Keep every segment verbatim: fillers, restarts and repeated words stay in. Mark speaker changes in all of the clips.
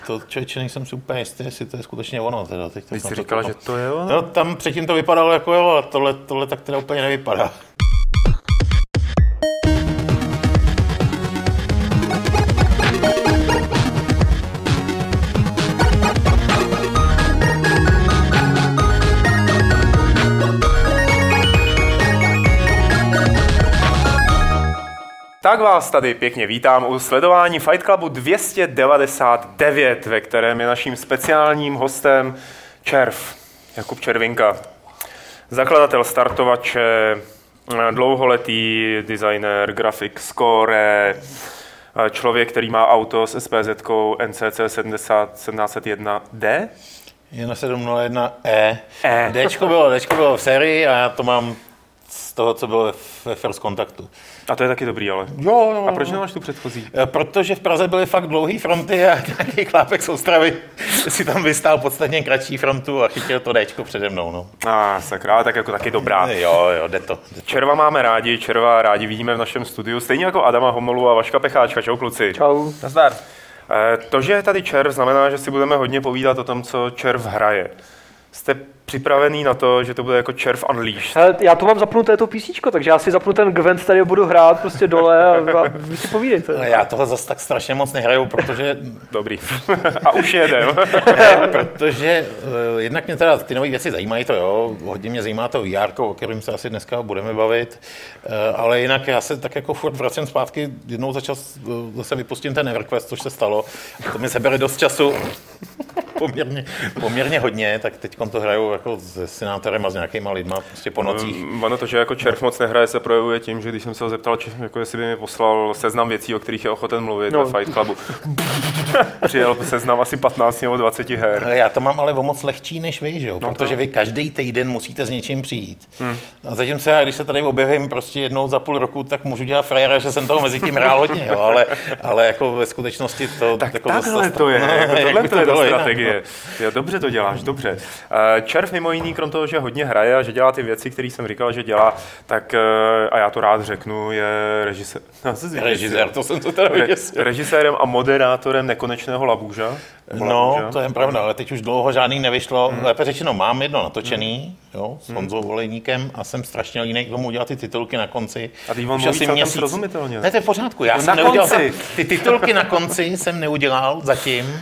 Speaker 1: To člověče nejsem si úplně jistý, jestli to je skutečně ono. Teda. Teď
Speaker 2: Ty jsi říkal, že to je ono?
Speaker 1: No, tam předtím to vypadalo jako jo, a tohle, tohle tak teda úplně nevypadá.
Speaker 2: Tak vás tady pěkně vítám u sledování Fight Clubu dvě stě devadesát devět, ve kterém je naším speciálním hostem Červ, Jakub Červinka, zakladatel startovače, dlouholetý designer, grafik, score, člověk, který má auto s SPZkou N C C sedmdesát sedm set jedna D.
Speaker 1: Je na sedm nula jedna E.
Speaker 2: E.
Speaker 1: Dčko bylo, Dčko bylo v sérii a já to mám z toho, co bylo ve First Contactu.
Speaker 2: A to je taky dobrý, ale.
Speaker 1: Jo, jo.
Speaker 2: A proč nemáš tu předchozí?
Speaker 1: Protože v Praze byly fakt dlouhý fronty a nějaký chlápek z Ostravy si tam vystál podstatně kratší frontu a chytil to Dčko přede mnou. No.
Speaker 2: A ah, sakra, tak jako taky dobrá.
Speaker 1: Jo, jo, jde to, jde to.
Speaker 2: Červa máme rádi, Červa rádi vidíme v našem studiu, stejně jako Adama Homolu a Vaška Pecháčka. Čau kluci.
Speaker 3: Čau.
Speaker 2: Nazdar. To, že je tady Červ, znamená, že si budeme hodně povídat o tom, co Červ hraje. Jste připravený na to, že to bude jako Červ Unleashed?
Speaker 3: Hele, já to mám zapnuté to písíčko, takže já si zapnu ten Gwent, tady budu hrát prostě dole a, a vy si povídejte.
Speaker 1: No, já toho zase tak strašně moc nehraju, protože...
Speaker 2: Dobrý. A už jedem.
Speaker 1: Ne, protože uh, jednak mě teda ty nové věci zajímají, to jo, hodně mě zajímá to V R, o kterém se asi dneska budeme bavit, uh, ale jinak já se tak jako furt vracím zpátky, jednou za čas uh, zase vypustím ten EverQuest, což se stalo, to mi sebere dost času. Poměrně, poměrně hodně, tak teď to hraju jako se senátorem a s nějakýma lidma prostě po nocích.
Speaker 2: Ono to, že jako Červ moc nehraje, se projevuje tím, že když jsem se ho zeptal, či, jako jestli by mi poslal seznam věcí, o kterých je ochoten mluvit no. ve Fight Clubu. Přijel seznam asi patnáct nebo dvacet her.
Speaker 1: Já to mám ale o moc lehčí než vy, že jo? No protože to... vy každý týden musíte s něčím přijít. Hmm. A zatímco já, když se tady objevím prostě jednou za půl roku, tak můžu dělat frajera, že jsem toho mezi tím hrál hodně, jo? Ale, ale jako ve skutečnosti to...
Speaker 2: Tak
Speaker 1: jako
Speaker 2: takhle
Speaker 1: zase,
Speaker 2: to je,
Speaker 1: no,
Speaker 2: jako tohle to je to strategie.
Speaker 1: Jinak, no.
Speaker 2: Jo, dobře to děláš, dobře. Červ mimo jiný, krom toho, že hodně hraje a že dělá ty věci, které jsem říkal, že dělá, tak, a já to rád řeknu, je režisér.
Speaker 1: Režisér, to jsem to teda vyděsil.
Speaker 2: Režisérem a moderátorem Nekonečného Labůža.
Speaker 1: No,
Speaker 2: Labůža.
Speaker 1: to je pravda, ale teď už dlouho žádný nevyšlo. Hmm. Lépe řečeno, mám jedno natočený, jo, s Honzou Volejníkem a jsem strašně línej k tomu udělat ty titulky na konci.
Speaker 2: A ty on mluví celkem srozumitelně.
Speaker 1: Ne, to je v pořádku, já
Speaker 2: no,
Speaker 1: jsem
Speaker 2: na
Speaker 1: neudělal
Speaker 2: konci.
Speaker 1: Ty titulky na konci jsem neudělal zatím.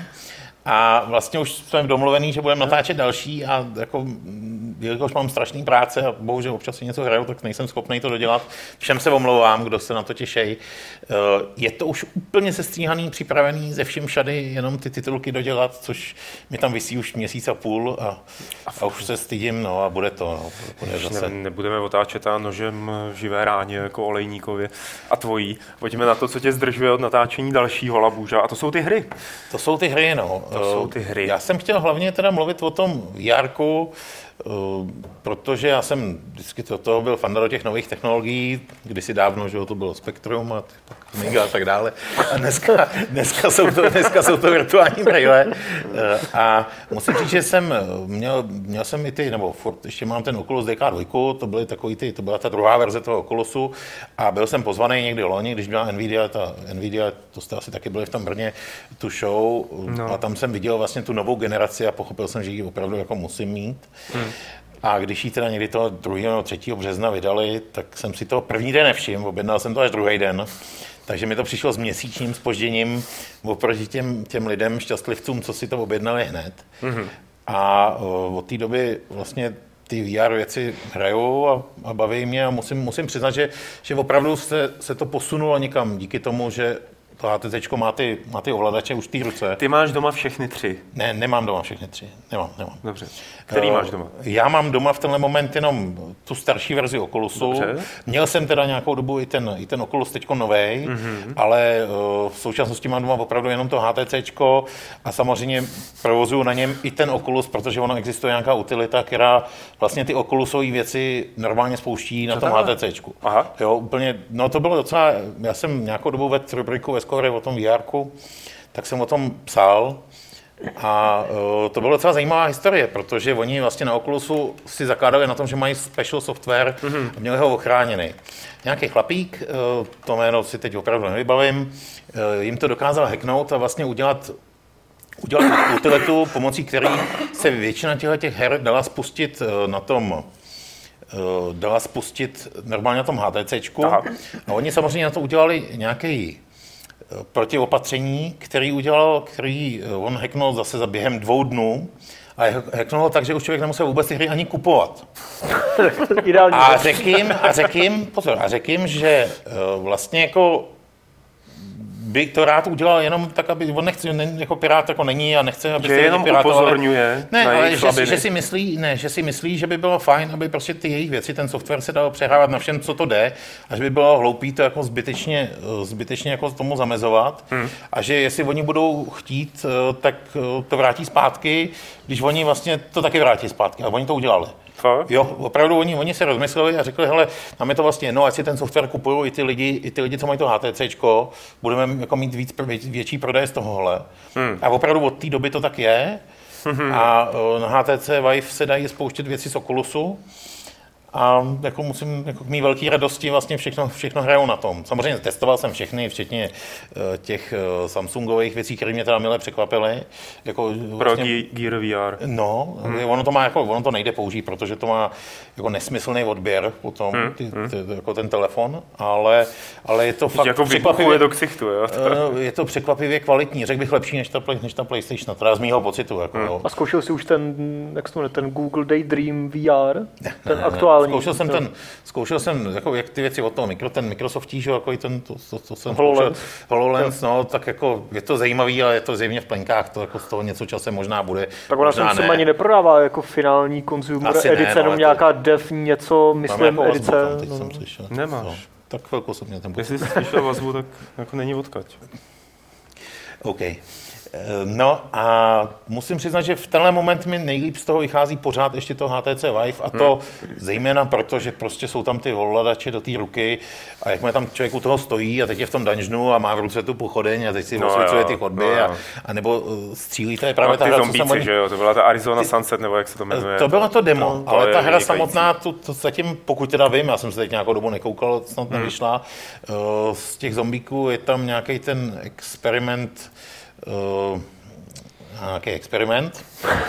Speaker 1: A vlastně už jsme domluvený, že budeme natáčet další a jako, jelikož mám strašný práce a bohužel občas si něco hraju, tak nejsem schopný to dodělat. Všem se omlouvám, kdo se na to těšej. Je to už úplně sestříhaný, připravený ze vším všady, jenom ty titulky dodělat, což mi tam visí už měsíc a půl a, a už se stydím, no a bude to. No, bude zase.
Speaker 2: Ne, nebudeme otáčet a nožem v živé ráně jako Olejníkově a tvojí. Pojďme na to, co tě zdržuje od natáčení dalšího Labůža a to jsou ty hry.
Speaker 1: To jsou ty hry, no.
Speaker 2: To jsou ty hry.
Speaker 1: Já jsem chtěl hlavně teda mluvit o tom V R ku, protože já jsem vždycky to, toho byl fanda do těch nových technologií, kdysi dávno, že to bylo Spektrum a Amiga a tak dále. A dneska, dneska, jsou, to, dneska jsou to virtuální brejle. A musím říct, že jsem měl, měl jsem i ty, nebo furt ještě mám ten Oculus D K dva, to byly takový ty, to byla ta druhá verze toho Oculusu a byl jsem pozvaný někdy loni, když byla Nvidia, ta Nvidia, to jste asi taky byli v tom Brně, tu show no. A tam jsem viděl vlastně tu novou generaci a pochopil jsem, že ji opravdu jako musím mít. Hmm. A když ji teda někdy toho druhého nebo třetího března vydali, tak jsem si to první den nevšiml, objednal jsem to až druhý den. Takže mi to přišlo s měsíčním zpožděním oproti těm, těm lidem, šťastlivcům, co si to objednali hned. Mm-hmm. A o, od té doby vlastně ty V R věci hrajou a, a baví mě a musím, musím přiznat, že, že opravdu se, se to posunulo někam díky tomu, že to H T C má ty, má ty ovladače už v té ruce.
Speaker 2: Ty máš doma všechny tři?
Speaker 1: Ne, nemám doma všechny tři. Nemám, nemám.
Speaker 2: Dobře. Který uh, máš doma?
Speaker 1: Já mám doma v tenhle moment jenom tu starší verzi Oculusu. Dobře. Měl jsem teda nějakou dobu i ten, i ten Oculus teďko novej, mm-hmm. ale uh, v současnosti mám doma opravdu jenom to H T C a samozřejmě provozuju na něm i ten Oculus, protože ono existuje nějaká utilita, která vlastně ty Oculusové věci normálně spouští na Co tom H T C.
Speaker 2: Aha.
Speaker 1: Jo, úplně, no to bylo docela, já jsem nějakou dobu vedl rubriku ve Score o tom V R ku, tak jsem o tom psal a uh, to byla docela zajímavá historie, protože oni vlastně na Oculusu si zakládali na tom, že mají special software mm-hmm. a měli ho ochráněný. Nějaký chlapík, uh, to jméno si teď opravdu nevybavím, uh, jim to dokázal hacknout a vlastně udělat udělat utilitu, pomocí které se většina těch her dala spustit na tom dala spustit normálně na tom HTCčku. Aha. A oni samozřejmě na to udělali nějaký protiopatření, který udělal, který on hacknul zase za během dvou dnů a hacknul ho tak, že už člověk nemusel vůbec ty hry ani kupovat. a řekl jim, a řekl jim, pozor, a řekl jim, že vlastně jako by to rád udělal jenom tak, aby on nechce, ne, jako pirát jako není a nechce, aby
Speaker 2: že
Speaker 1: se
Speaker 2: jenom upozorňuje
Speaker 1: ne,
Speaker 2: na
Speaker 1: ale
Speaker 2: jejich
Speaker 1: že, že, si myslí, ne, že si myslí, že by bylo fajn, aby prostě ty jejich věci, ten software se dal přehrávat na všem, co to jde, a že by bylo hloupý to jako zbytečně, zbytečně jako tomu zamezovat hmm. a že jestli oni budou chtít, tak to vrátí zpátky, když oni vlastně to taky vrátí zpátky a oni to udělali.
Speaker 2: Fakt?
Speaker 1: Jo, opravdu oni, oni se rozmysleli a řekli, hele, nám je to vlastně jedno, ať si ten software kupují i ty lidi, i ty lidi, co mají to HTCčko, budeme jako mít víc, větší prodej z tohohle. Hmm. A opravdu od té doby to tak je. Hmm. A na H T C Vive se dají spouštět věci z Oculusu. A jako musím jako k mý velké radosti vlastně všechno, všechno hrajou na tom. Samozřejmě testoval jsem všechny, včetně uh, těch uh, Samsungových věcí, které mě teda milé překvapily. Jako,
Speaker 2: Pro
Speaker 1: vlastně,
Speaker 2: Gear V R.
Speaker 1: No, hmm. ono to má jako, ono to nejde použít, protože to má jako nesmyslný odběr potom, hmm. ty, ty, jako ten telefon, ale, ale je to
Speaker 2: Teď
Speaker 1: fakt
Speaker 2: jako
Speaker 1: překvapivě,
Speaker 2: do ksichtu, jo?
Speaker 1: Uh, je to překvapivě kvalitní, řekl bych lepší než ta, než ta PlayStation, teda z mýho pocitu. Jako, hmm.
Speaker 3: A zkoušel jsi už ten, jak se jmenuje, ten Google Daydream V R?
Speaker 1: Ne,
Speaker 3: ten
Speaker 1: ne,
Speaker 3: aktuální?
Speaker 1: Zkoušel jsem ten, zkoušel jsem jako jak ty věci od toho mikro, ten Microsoftí, že jako ten, to, to, to jsem
Speaker 3: HoloLens.
Speaker 1: Zkoušel, HoloLens, no, tak jako je to zajímavý, ale je to zřejmě v plenkách, to jako z toho něco časem možná bude.
Speaker 3: Tak ona se ne. ani neprodává jako finální consumer
Speaker 1: Asi
Speaker 3: edice,
Speaker 1: ne,
Speaker 3: jenom
Speaker 1: no,
Speaker 3: nějaká to... dev něco, myslím,
Speaker 1: jako
Speaker 3: edice.
Speaker 1: Vazbu, teď
Speaker 3: no.
Speaker 1: jsem slyšel.
Speaker 2: Nemáš.
Speaker 1: No, tak chvilku jsem měl ten pocit.
Speaker 2: Jestli jsi slyšel vazbu, tak jako není odkaď.
Speaker 1: OK. No a musím přiznat, že v tenhle moment mi nejlíp z toho vychází pořád ještě to H T C Vive a to hmm. zejména proto, že prostě jsou tam ty ovladače do té ruky a jakmile tam člověk u toho stojí a teď je v tom dungeonu a má v ruce tu pochodeň a teď si no osvěcuje ty chodby no, a, a nebo střílí, to je právě no, ta hra,
Speaker 2: zombíci,
Speaker 1: co jsem...
Speaker 2: že jo, to byla ta Arizona Sunset, nebo jak se to jmenuje.
Speaker 1: To bylo to demo,
Speaker 2: no,
Speaker 1: ale
Speaker 2: to
Speaker 1: ta hra
Speaker 2: vynikající.
Speaker 1: samotná, to, to zatím, pokud teda vím, já jsem se teď nějakou dobu nekoukal, snad hmm. nevyšla, z těch zombíků je tam nějaký ten experiment, nějaký experiment.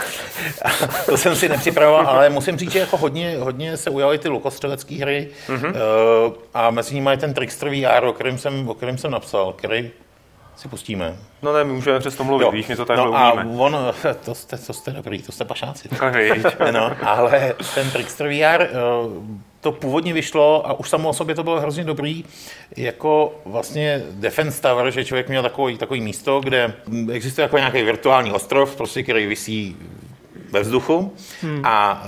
Speaker 1: To jsem si nepřipravoval, ale musím říct, že jako hodně, hodně se ujaly ty lukostřelecké hry mm-hmm. a mezi nimi je ten Trickster V R, o kterém jsem, o kterém jsem napsal, který si pustíme.
Speaker 2: No ne, my můžeme přesto mluvit, jo. Víš, my to takhle
Speaker 1: no
Speaker 2: umíme.
Speaker 1: A on, to jste, to jste dobrý, to jste pašáci. No, ale ten Trickster V R, to původně vyšlo a už samo o sobě to bylo hrozně dobrý, jako vlastně Defense Tower, že člověk měl takový, takový místo, kde existuje jako nějaký virtuální ostrov, prostě, který visí ve vzduchu hmm. a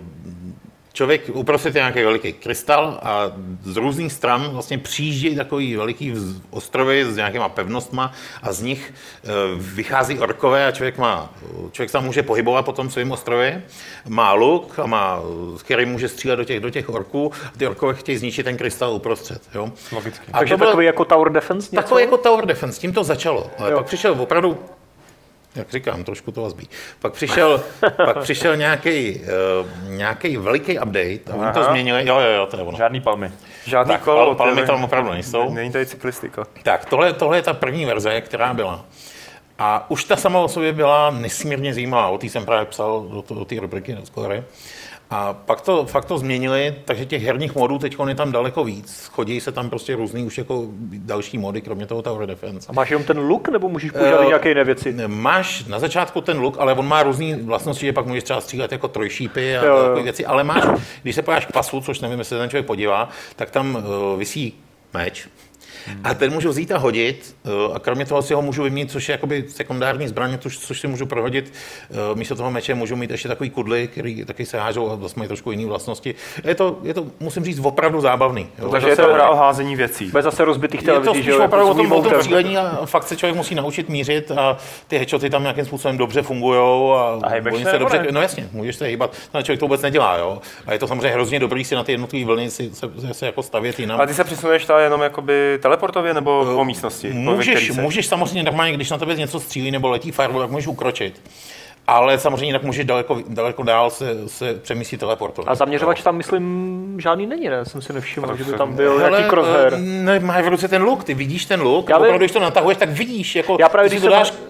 Speaker 1: člověk uprostřed je nějaký veliký krystal a z různých stran vlastně přijíždějí takový veliký ostrovy s nějakýma pevnostma a z nich vychází orkové a člověk má, člověk se tam může pohybovat po tom svém ostrově, má luk a má, který může střílet do těch, do těch orků a ty orkové chtějí zničit ten krystal uprostřed. Jo?
Speaker 2: Logicky.
Speaker 3: A takže to takový jako Tower Defense něco?
Speaker 1: Takový jako Tower Defense, tím to začalo, ale jo. Pak přišel opravdu, jak říkám, trošku to vazbí. Pak přišel, pak přišel nějaký, uh, nějaký veliký update a oni to změnili. Jo, jo, jo, to je ono.
Speaker 2: Žádný palmy. Žádný tak, kolo.
Speaker 1: Palmy tam opravdu nejsou.
Speaker 2: Není tady cyklistika.
Speaker 1: Tak, tohle, tohle je ta první verze, která byla. A už ta sama o sobě byla nesmírně zajímavá. O té jsem právě psal do, do té rubriky do Skory. A pak to, fakt to změnili, takže těch herních modů teď je tam daleko víc. Chodí se tam prostě různý už jako další mody, kromě toho Tower Defense.
Speaker 3: A máš jenom ten look, nebo můžeš používat uh, nějaké jiné věci?
Speaker 1: Máš na začátku ten look, ale on má různý vlastnosti, že pak můžeš třeba střílet jako trojšípy a takové věci, ale máš, když se podíváš k pasu, což nevím, jestli ten člověk podívá, tak tam uh, visí meč. A ten můžu vzít a hodit a kromě toho si ho můžu vyměnit, což je jakoby sekundární zbraň, což, což si můžu prohodit. Místo toho meče můžu mít ještě takový kudly, který taky se hážou a vlastně mají trošku jiné vlastnosti. Je to, je to, musím říct, opravdu zábavný. Jo?
Speaker 2: Takže je to hra o házení věcí.
Speaker 3: Bez zase rozbitých televizí.
Speaker 1: Je to spíš opravdu o tom, o tom střílení a fakt se člověk musí naučit mířit a ty headshoty tam nějakým způsobem dobře fungují. A,
Speaker 2: a hejbeš se,
Speaker 1: se dobře, no jasně, můžeš se hýbat, no, člověk to vůbec nedělá. Jo? A je to samozřejmě hrozně dobrý si na ty jednotlivé vlny si, se, se, se jako stavět jinam.
Speaker 2: A ty se přesunuješ ta jenom jakoby teleportově nebo po místnosti?
Speaker 1: Můžeš, můžeš samozřejmě normálně, když na tebe něco střílí nebo letí fireball, tak můžeš ukročit. Ale samozřejmě jinak můžeš daleko, daleko dál se, se přemístit teleportovat.
Speaker 3: A zaměřovač tam, myslím, žádný není, ne? Jsem si nevšiml, že by tam byl nějaký crosshair.
Speaker 1: Ne, máš v ruce ten luk, ty vidíš ten luk, a opravdu, když to natahuješ, tak vidíš, jako
Speaker 3: já právě, když,
Speaker 1: to
Speaker 3: jsem,
Speaker 1: dáš...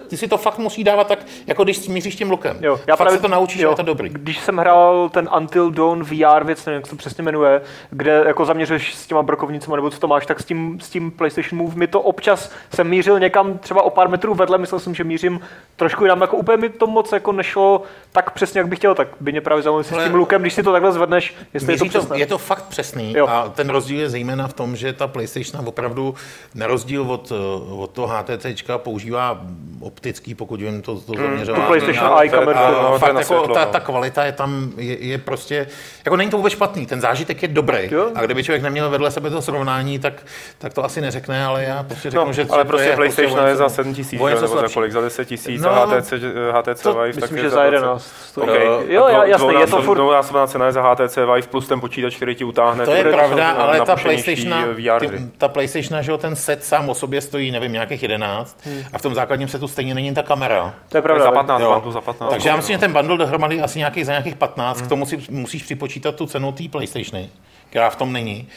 Speaker 1: ty si to fakt musí dávat tak, jako když smíříš tím lukem.
Speaker 3: Jo,
Speaker 1: já fakt právě, se to naučíš, jo, je to dobrý.
Speaker 3: Když jsem hrál ten Until Dawn V R věc, nevím, jak se to přesně jmenuje, kde jako zaměřuješ s těma brokovnicama, nebo co to máš, tak s tím, s tím PlayStation Move mi to občas jsem mířil někam třeba o pár metrů vedle, myslel jsem, že mířím trošku jinam, jako úplně mi to moc jako nešlo tak přesně, jak bych chtěl, tak by mě právě zajímalo, s tím lukem, když si to takhle zvedneš, jestli je to přesné.
Speaker 1: To, je to fakt přesný, jo. A ten rozdíl je zejména v tom, že ta PlayStation opravdu na rozdíl od, od toho HTCčka používá optický, pokud vím, to, to zaměřování.
Speaker 3: Tu PlayStation Eye kameru.
Speaker 1: A fakt jako ta, ta kvalita je tam, je, je prostě, jako není to vůbec špatný, ten zážitek je dobrý. Jo. A kdyby člověk neměl vedle sebe to srovnání, tak, tak to asi neřekne, ale já prostě řeknu,
Speaker 2: no,
Speaker 1: že
Speaker 2: ale prostě
Speaker 1: je
Speaker 2: PlayStation
Speaker 1: prostě
Speaker 2: je za sedm tisíc, nebo za kolik, za deset tisíc, no, a HTC, HTC
Speaker 3: to,
Speaker 2: Vive,
Speaker 3: myslím,
Speaker 2: tak
Speaker 3: že za jedenáct.
Speaker 2: Okay.
Speaker 3: Jo, já, jasně, je to furt...
Speaker 2: Dvounásobná cena je za H T C Vive plus ten počítač, který ti utáhne.
Speaker 1: To je pravda, ale ta PlayStation, ta PlayStation, že ten set sám o sobě stojí, nevím, nějakých jedenáct hmm. a v tom základním setu stejně není ta kamera.
Speaker 3: To je pravda.
Speaker 2: Za patnáct, bundle za patnáct.
Speaker 1: Takže já myslím, že ten bundle dohromady asi nějaký, za nějakých patnáct, hmm. k tomu si musíš připočítat tu cenu té PlayStationy, která v tom není.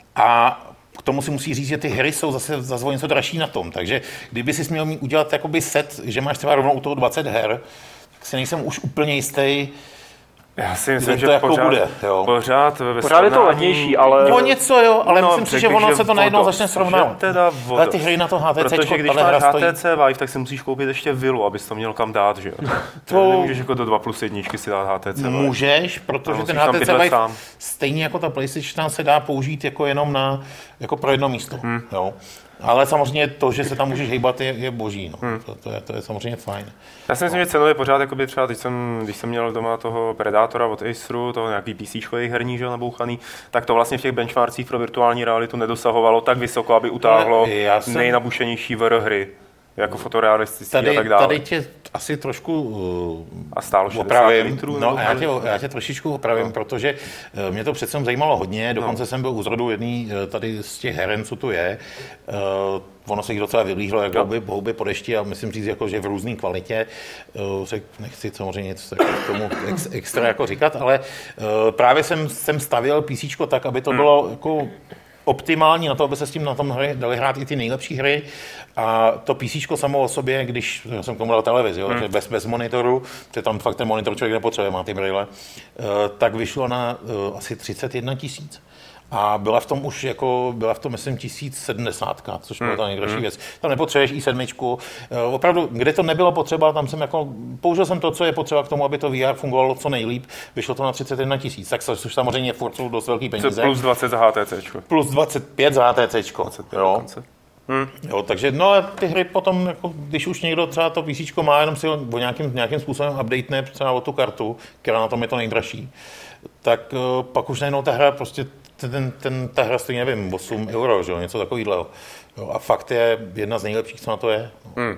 Speaker 1: A k tomu si musí říct, že ty hry jsou zase zase něco dražší na tom. Takže kdyby si měl udělat jakoby set, že máš třeba rovnou u toho dvacet her, tak si nejsem už úplně jistý.
Speaker 2: Já si myslím,
Speaker 1: to
Speaker 2: že
Speaker 1: jako
Speaker 2: pořád,
Speaker 1: bude, jo.
Speaker 2: pořád,
Speaker 3: ve pořád je to levnější, ale...
Speaker 1: No něco jo, ale no, myslím si, že ono se to najednou
Speaker 2: vodost,
Speaker 1: začne srovnávat.
Speaker 2: Teda
Speaker 1: ale ty hry na to H T C,
Speaker 2: protože když máš H T C Vive, tak si musíš koupit ještě vilu, abys to měl kam dát, že jo? To... Nemůžeš jako do dva plus jedničky si dát H T C Vive.
Speaker 1: Můžeš, protože ten H T C Vive stejně jako ta PlayStation se dá použít jako jenom na, jako pro jedno místo, hmm. jo. Ale samozřejmě to, že se tam můžeš hejbat, je, je boží. No. Hmm. To, to, je, to je samozřejmě fajn.
Speaker 2: Já si myslím, no. že cenově pořád, jakoby třeba, když jsem, když jsem měl doma toho Predatora od Aceru, toho nějaký PCčkový herní, že nabouchaný, tak to vlastně v těch benchmarkcích pro virtuální realitu nedosahovalo tak vysoko, aby utáhlo jsem... nejnabušenější V R hry, jako fotorealistický a tak dále.
Speaker 1: Tady tě asi trošku uh,
Speaker 2: a stálo
Speaker 1: opravím.
Speaker 2: Litrů,
Speaker 1: no a já tě, já tě trošičku opravím, no. protože uh, mě to přece zajímalo hodně, dokonce no. jsem byl u zrodu jedný uh, tady z těch heren, co tu je. Uh, ono se jich docela vylíhlo, jak houby, houby po dešti a myslím říct, jako, že v různé kvalitě. Uh, řek, nechci samozřejmě něco k tomu ex, extra jako říkat, ale uh, právě jsem, jsem stavěl PCčko tak, aby to hmm. bylo jako optimální na to, aby se s tím na tom hry dali hrát i ty nejlepší hry. A to PCčko samo o sobě, když jsem k tomu dal televizi, hmm. bez, bez monitoru, protože tam fakt ten monitor člověk nepotřebuje, má ty brýle, tak vyšlo na uh, asi třicet jedna tisíc. A byla v tom už jako, byla v tom, myslím, tisíc sedmdesát, což byla ta nejdražší hmm. věc. Tam nepotřebuješ i sedm. Opravdu, kde to nebylo potřeba, tam jsem jako, použil jsem to, co je potřeba k tomu, aby to V R fungovalo co nejlíp. Vyšlo to na třicet jedna tisíc, tak což samozřejmě furt jsou dost velký peníze.
Speaker 2: Plus dvacet za H T C.
Speaker 1: Plus dvacet pět za H T C. Jo. Hmm. Jo, takže no a ty hry potom, jako, když už někdo třeba to PCčko má, jenom si ho nějakým, nějakým způsobem updatene třeba o tu kartu, která na tom je to nejdražší, tak uh, pak už najednou ta hra prostě Ten, ten, ta hra stojí, nevím, osm euro, že jo, něco takového. A fakt je jedna z nejlepších, co na to je.
Speaker 2: Hmm.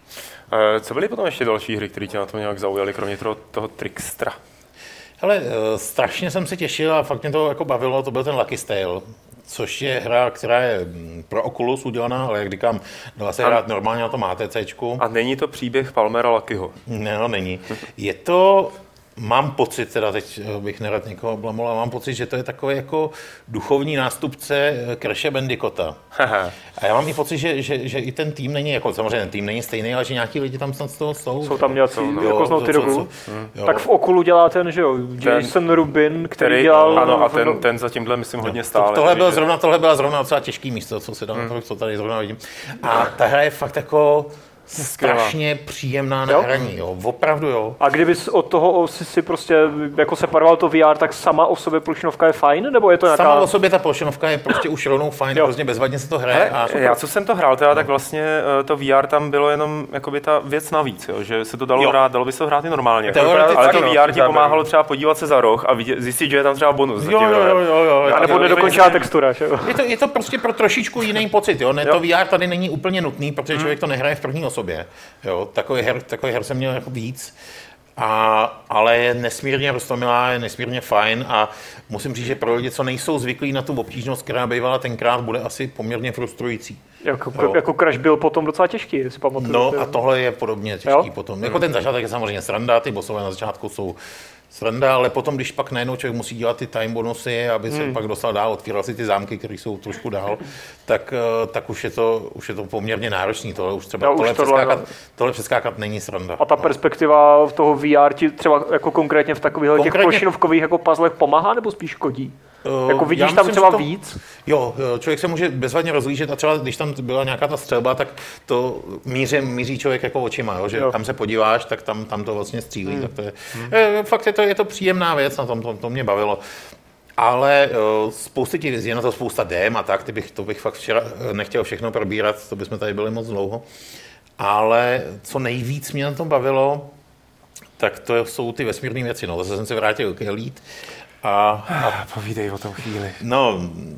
Speaker 2: E, co byly potom ještě další hry, které tě na to nějak zaujaly, kromě toho, toho Trickstra?
Speaker 1: Hele, strašně jsem se těšil a fakt mě to jako bavilo, to byl ten Lucky's Tale, což je hra, která je pro Oculus udělaná, ale jak říkám, dala se hrát normálně na tom HTCčku.
Speaker 2: A není to příběh Palmera Luckyho?
Speaker 1: Ne, no není. Je to... Mám pocit, teda teď bych nerad někoho blamul, ale mám pocit, že to je takový jako duchovní nástupce Crashe Bandicoota. A já mám i pocit, že, že, že i ten tým není, jako samozřejmě ten tým není stejný, ale že nějaký lidi tam snad z toho jsou.
Speaker 3: Jsou tam nějací, jako z Naughty Dogu. Tak v Okulu dělá ten, že jo, Jason ten, Rubin, který, který dělal...
Speaker 2: Ano, a ten, ten za tímhle, myslím, no, hodně stále.
Speaker 1: To, tohle, byl zrovna, tohle byla zrovna docela těžký místo, co se dá, hmm. co tady zrovna vidím. A ta hra je fakt jako... strašně příjemná na hraní, jo, opravdu jo.
Speaker 3: A kdybys od toho si, si prostě jako separoval to V R, tak sama o sobě plošinovka je fajn, nebo je to nějaká...
Speaker 1: Sama o sobě ta plošinovka je prostě už rovnou fajn, hrozně bezvadně se to hraje.
Speaker 2: A... Já co jsem to hrál, teda, tak vlastně to V R tam bylo jenom jakoby ta věc navíc, jo, že se to dalo jo. hrát, dalo by se to hrát i normálně. Ale to V R ti pomáhalo třeba podívat se za roh a vidět, zjistit, že je tam třeba bonus.
Speaker 1: Jo, jo, jo, jo, jo.
Speaker 3: A nebo nedokončila textura, že jo.
Speaker 1: Je to, je to prostě pro trošičku jiný pocit, jo. Ne, to V R tady není úplně nutný, protože člověk to nehraje v první osobě. Jo. Takový her, takový her jsem měl jako víc, a, ale je nesmírně roztomilá, je nesmírně fajn a musím říct, že pro lidi, co nejsou zvyklí na tu obtížnost, která bývala tenkrát, bude asi poměrně frustrující.
Speaker 3: Jako, jako Crash byl potom docela těžký, jestli pamatuju.
Speaker 1: No a tohle je podobně těžký jo? potom. Jako ten začátek je samozřejmě sranda, ty bossové na začátku jsou sranda, ale potom, když pak najednou člověk musí dělat ty time bonusy, aby se hmm. pak dostal dál, otvíral si ty zámky, které jsou trošku dál, tak, tak už, je to, už je to poměrně náročný. Tohle už třeba
Speaker 3: jo,
Speaker 1: tohle,
Speaker 3: už tohle,
Speaker 1: přeskákat,
Speaker 3: no.
Speaker 1: tohle přeskákat není sranda.
Speaker 3: A ta no. perspektiva toho V R ti třeba jako konkrétně v takových konkrétně... těch plošinovkových jako puzzlech pomáhá nebo spíš škodí? Uh, jako vidíš myslím, tam třeba to, víc?
Speaker 1: Jo, člověk se může bezvadně rozlížet a třeba když tam byla nějaká ta střelba, tak to míří, míří člověk jako očima, jo? Že jo. Tam se podíváš, tak tam, tam to vlastně střílí. Hmm. Tak to je, hmm. je, fakt je to, je to příjemná věc, na tom to, to mě bavilo. Ale uh, spousty těch věcí, je na to spousta dém a tak, ty bych, to bych fakt včera nechtěl všechno probírat, to bychom tady byli moc dlouho. Ale co nejvíc mě na tom bavilo, tak to jsou ty vesmírné věci. No, zase jsem se vrátil k Elite. A, a
Speaker 2: povídej o tom chvíli.
Speaker 1: No,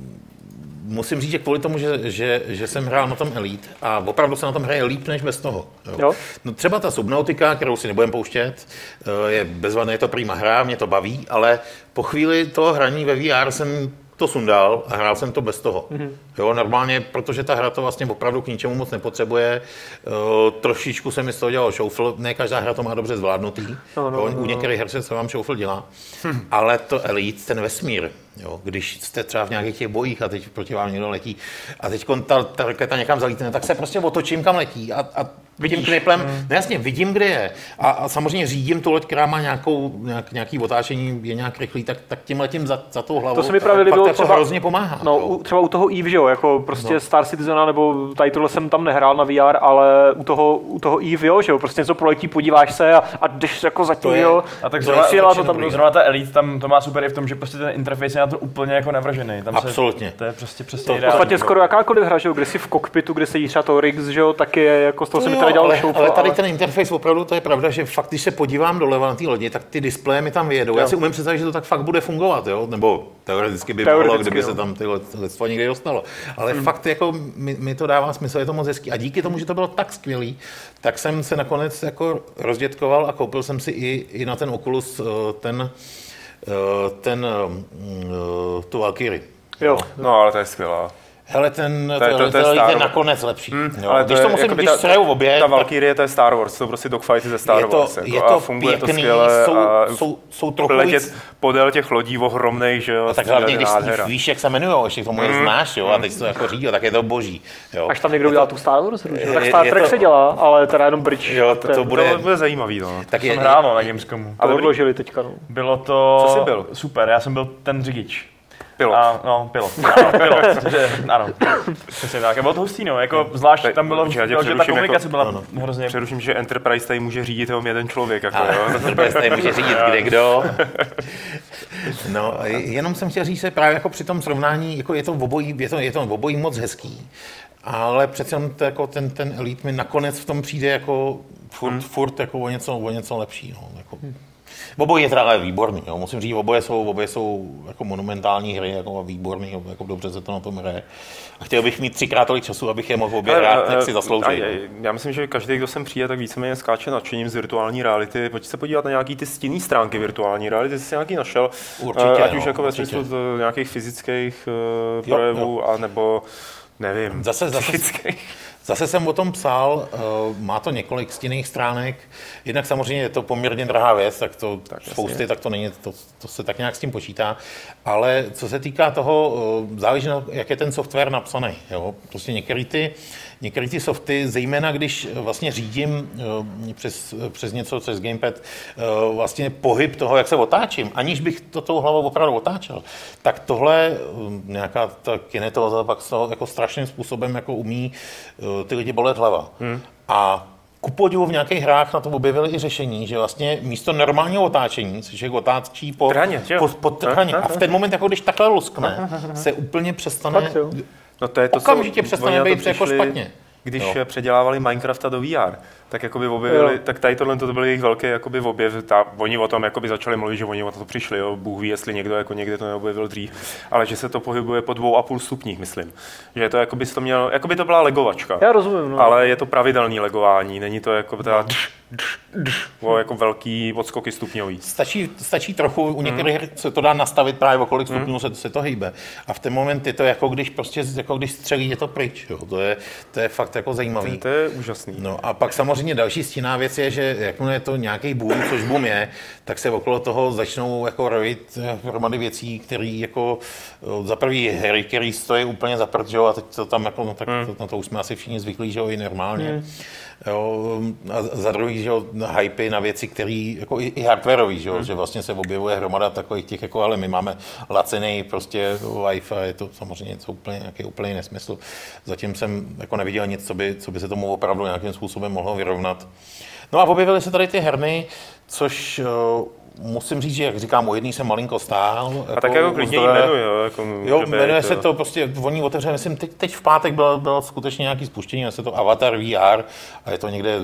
Speaker 1: musím říct, že kvůli tomu, že, že, že jsem hrál na tom Elite a opravdu se na tom hraje líp než bez toho. Jo. Jo. No, třeba ta Subnautica, kterou si nebudem pouštět, je bezvadné, je to prima hra, mě to baví, ale po chvíli toho hraní ve V R jsem to sundal a hrál jsem to bez toho. Mm-hmm. Jo, normálně, protože ta hra to vlastně opravdu k ničemu moc nepotřebuje. Uh, trošičku se mi z toho dělal šoufl, ne každá hra to má dobře zvládnutý. No, no, jo, no, u některých her se vám šoufl dělá. Hm. Ale to Elite, ten vesmír, jo, když jste třeba v nějakých těch bojích a teď proti vám někdo letí a teď ta, ta raketa někam zalítne, tak se prostě otočím, kam letí a, a vidím kniplem, mm. no jasně, vidím, kde je. A, a samozřejmě řídím tu loď, která má nějakou, nějak, nějaký otáčení, je nějak rychlý, tak, tak tím letím za, za tou hlavou.
Speaker 3: To se mi právě líbilo,
Speaker 1: to třeba, hrozně pomáhá.
Speaker 3: No, u, třeba u toho Eve, že jo, jako prostě no. Star Citizena, nebo tady tohle jsem tam nehrál na V R, ale u toho, u toho Eve, jo, že jo, prostě něco proletí, podíváš se a, a jdeš jako za tím, jo.
Speaker 4: A tak zrovna, to, to tam zrovna ta Elite, tam to má super i v tom, že prostě ten interface je na to úplně jako navržený. Tam
Speaker 1: absolutně.
Speaker 4: Se, to je prostě přesně
Speaker 3: to, ideální. V podstatě skoro jakákoliv hra, že jo, kde si v kokpitu, kde se jí třeba to Riggs, že jo, tak je jako z toho se mi teda dělal šoufl.
Speaker 1: Ale tady ten interface opravdu, to je pravda, že fakt, když se podívám doleva na té lodi, tak ty displeje mi tam vyjedou. Jo. Já si umím představit, že to tak fakt bude fungovat, jo? Nebo teoreticky by mohlo, kdyby jo. se tam tyhle lidstvo někdy dostalo. Ale hmm. fakt jako mi, mi to dává smysl, je to moc hezký. A díky tomu, že to bylo tak skvělý, tak jsem se nakonec jako rozdětkoval a koupil jsem si i, i na ten Oculus ten, ten tu Valkyrie.
Speaker 2: Jo. No, ale to je skvělá.
Speaker 1: Hele, ten
Speaker 2: to je, to, to je,
Speaker 1: je nakonec lepší.
Speaker 2: Hmm, jo, ale
Speaker 1: když
Speaker 2: to,
Speaker 1: to musím, když sraju obě...
Speaker 2: Ta Valkyrie, to je Star Wars, to prostě dogfighty ze Star
Speaker 1: je to,
Speaker 2: Wars. Jako,
Speaker 1: je to
Speaker 2: a funguje
Speaker 1: pěkný,
Speaker 2: to skvěle.
Speaker 1: Jsou,
Speaker 2: a
Speaker 1: jsou, jsou trochu
Speaker 2: letět
Speaker 1: víc...
Speaker 2: podél těch lodí ohromných, že jo.
Speaker 1: A tak hlavně, když víš, jak se jmenujou, ještě k tomu je mm. znáš, jo, a teď to jako řídil, tak je to boží. Jo.
Speaker 3: Až tam někdo udělá tu Star Wars, je, tak Star Trek to... se dělá, ale teda jenom bridge.
Speaker 2: Jo, to, to, bude, to bude zajímavý, no.
Speaker 4: Tak jsem hrál na Gamescomu.
Speaker 3: A odložili teďka, no.
Speaker 4: Bylo to...
Speaker 2: Co jsi byl?
Speaker 4: Super, já jsem byl ten řidič.
Speaker 2: Pilot.
Speaker 4: A, no, pilot. Ano, pilot. že, ano. Přesně tak. A bylo to hustý, no. Jako, zvlášť tam bylo, že ta komunikace byla jako, hrozně...
Speaker 2: Přeruším, že Enterprise tady může řídit jenom jeden člověk. Jako,
Speaker 1: jo. Enterprise tady může řídit kde kdo. No, jenom jsem chtěl říct, že právě jako při tom srovnání, jako je to obojí, je to, je to obojí moc hezký. Ale přece jenom to, jako ten, ten Elite mi nakonec v tom přijde jako furt, hmm. furt jako o něco, o něco lepší. No. Jako, hmm. Oboje je teda výborný, jo. Musím říct, oboje jsou, oboje jsou jako monumentální hry, jako výborný, jako dobře se to na tom hraje. A chtěl bych mít třikrát tolik času, abych je mohl obě hrát, tak si zaslouží.
Speaker 2: Já myslím, že každý, kdo sem přijde, tak víceméně skáče nadšením z virtuální reality. Pojď se podívat na nějaký ty stinné stránky virtuální reality, jsi nějaký našel.
Speaker 1: Určitě,
Speaker 2: ať
Speaker 1: no,
Speaker 2: už jako
Speaker 1: určitě.
Speaker 2: Ve smyslu nějakých fyzických uh, projevů, jo, jo. anebo nevím,
Speaker 1: zase, zase, zase jsem o tom psal, uh, má to několik stinných stránek, jednak samozřejmě je to poměrně drahá věc, tak to tak spousty, jasně. tak to není, to, to se tak nějak s tím počítá, ale co se týká toho, uh, záleží na, jak je ten software napsaný, jo, prostě některý ty, některý ty softy, zejména když vlastně řídím uh, přes, přes něco, přes gamepad, uh, vlastně pohyb toho, jak se otáčím, aniž bych to tou hlavou opravdu otáčel, tak tohle uh, nějaká ta kinetóza pak to jako strašným způsobem jako umí uh, ty lidi bolet hlava. Hmm. A ku podivu v nějakých hrách na to objevili i řešení, že vlastně místo normálního otáčení, což je otáčí po
Speaker 2: trhaně,
Speaker 1: po, po trhaně. A v ten moment, jako když takhle luskne, se úplně přestane,
Speaker 2: no to je to,
Speaker 1: okamžitě přestane být jako špatně.
Speaker 2: Když jo. předělávali Minecrafta do V R, tak jakoby objevili, jo. tak tady tohle to byl jejich velký jakoby objev. Ta, oni o tom jakoby začali mluvit, že oni o to přišli, jo. Bůh ví, jestli někdo jako někde to neobjevil dřív, ale že se to pohybuje po dvou a půl stupních, myslím. Že to jakoby to měl, jakoby to byla legovačka.
Speaker 3: Já rozumím, no.
Speaker 2: Ale je to pravidelný legování, není to jako ta dž, dž, o, jako velký odskoky stupňový.
Speaker 1: Stačí, stačí trochu, u některých mm. se to dá nastavit právě o kolik stupňů mm. se, se to hýbe. A v ten moment je to jako když prostě, jako když střelí, je to pryč. Jo. To, je, to je fakt jako zajímavý.
Speaker 2: To je úžasný.
Speaker 1: No a pak samozřejmě další stinná věc je, že jakmile je to nějaký boom, což boom je, tak se okolo toho začnou jako rojit hromady věcí, které jako za prvý hry, který stojí úplně za prd, a teď to tam jako, no tak mm. to, na to už jsme asi všichni zvyklí, že jo, i normálně. Mm. Jo, a za druhý, že jo, hypy na věci, které jako i, i hardwareový, že jo, mm. že vlastně se objevuje hromada takových těch, jako, ale my máme lacený prostě Wi-Fi, je to samozřejmě něco úplně, nějaký úplný nesmysl. Zatím jsem jako neviděl nic, co by, co by se tomu opravdu nějakým způsobem mohlo vyrovnat. No a objevily se tady ty herny, což uh, musím říct, že jak říkám, u jedný jsem malinko stál.
Speaker 2: A jako tak jako klidně jmenuji, jo. Jako
Speaker 1: jo, jmenuje se to prostě, oni otevřeli, myslím, teď, teď v pátek bylo, bylo skutečně nějaký spuštění, jmenuje se to Avatar V R a je to někde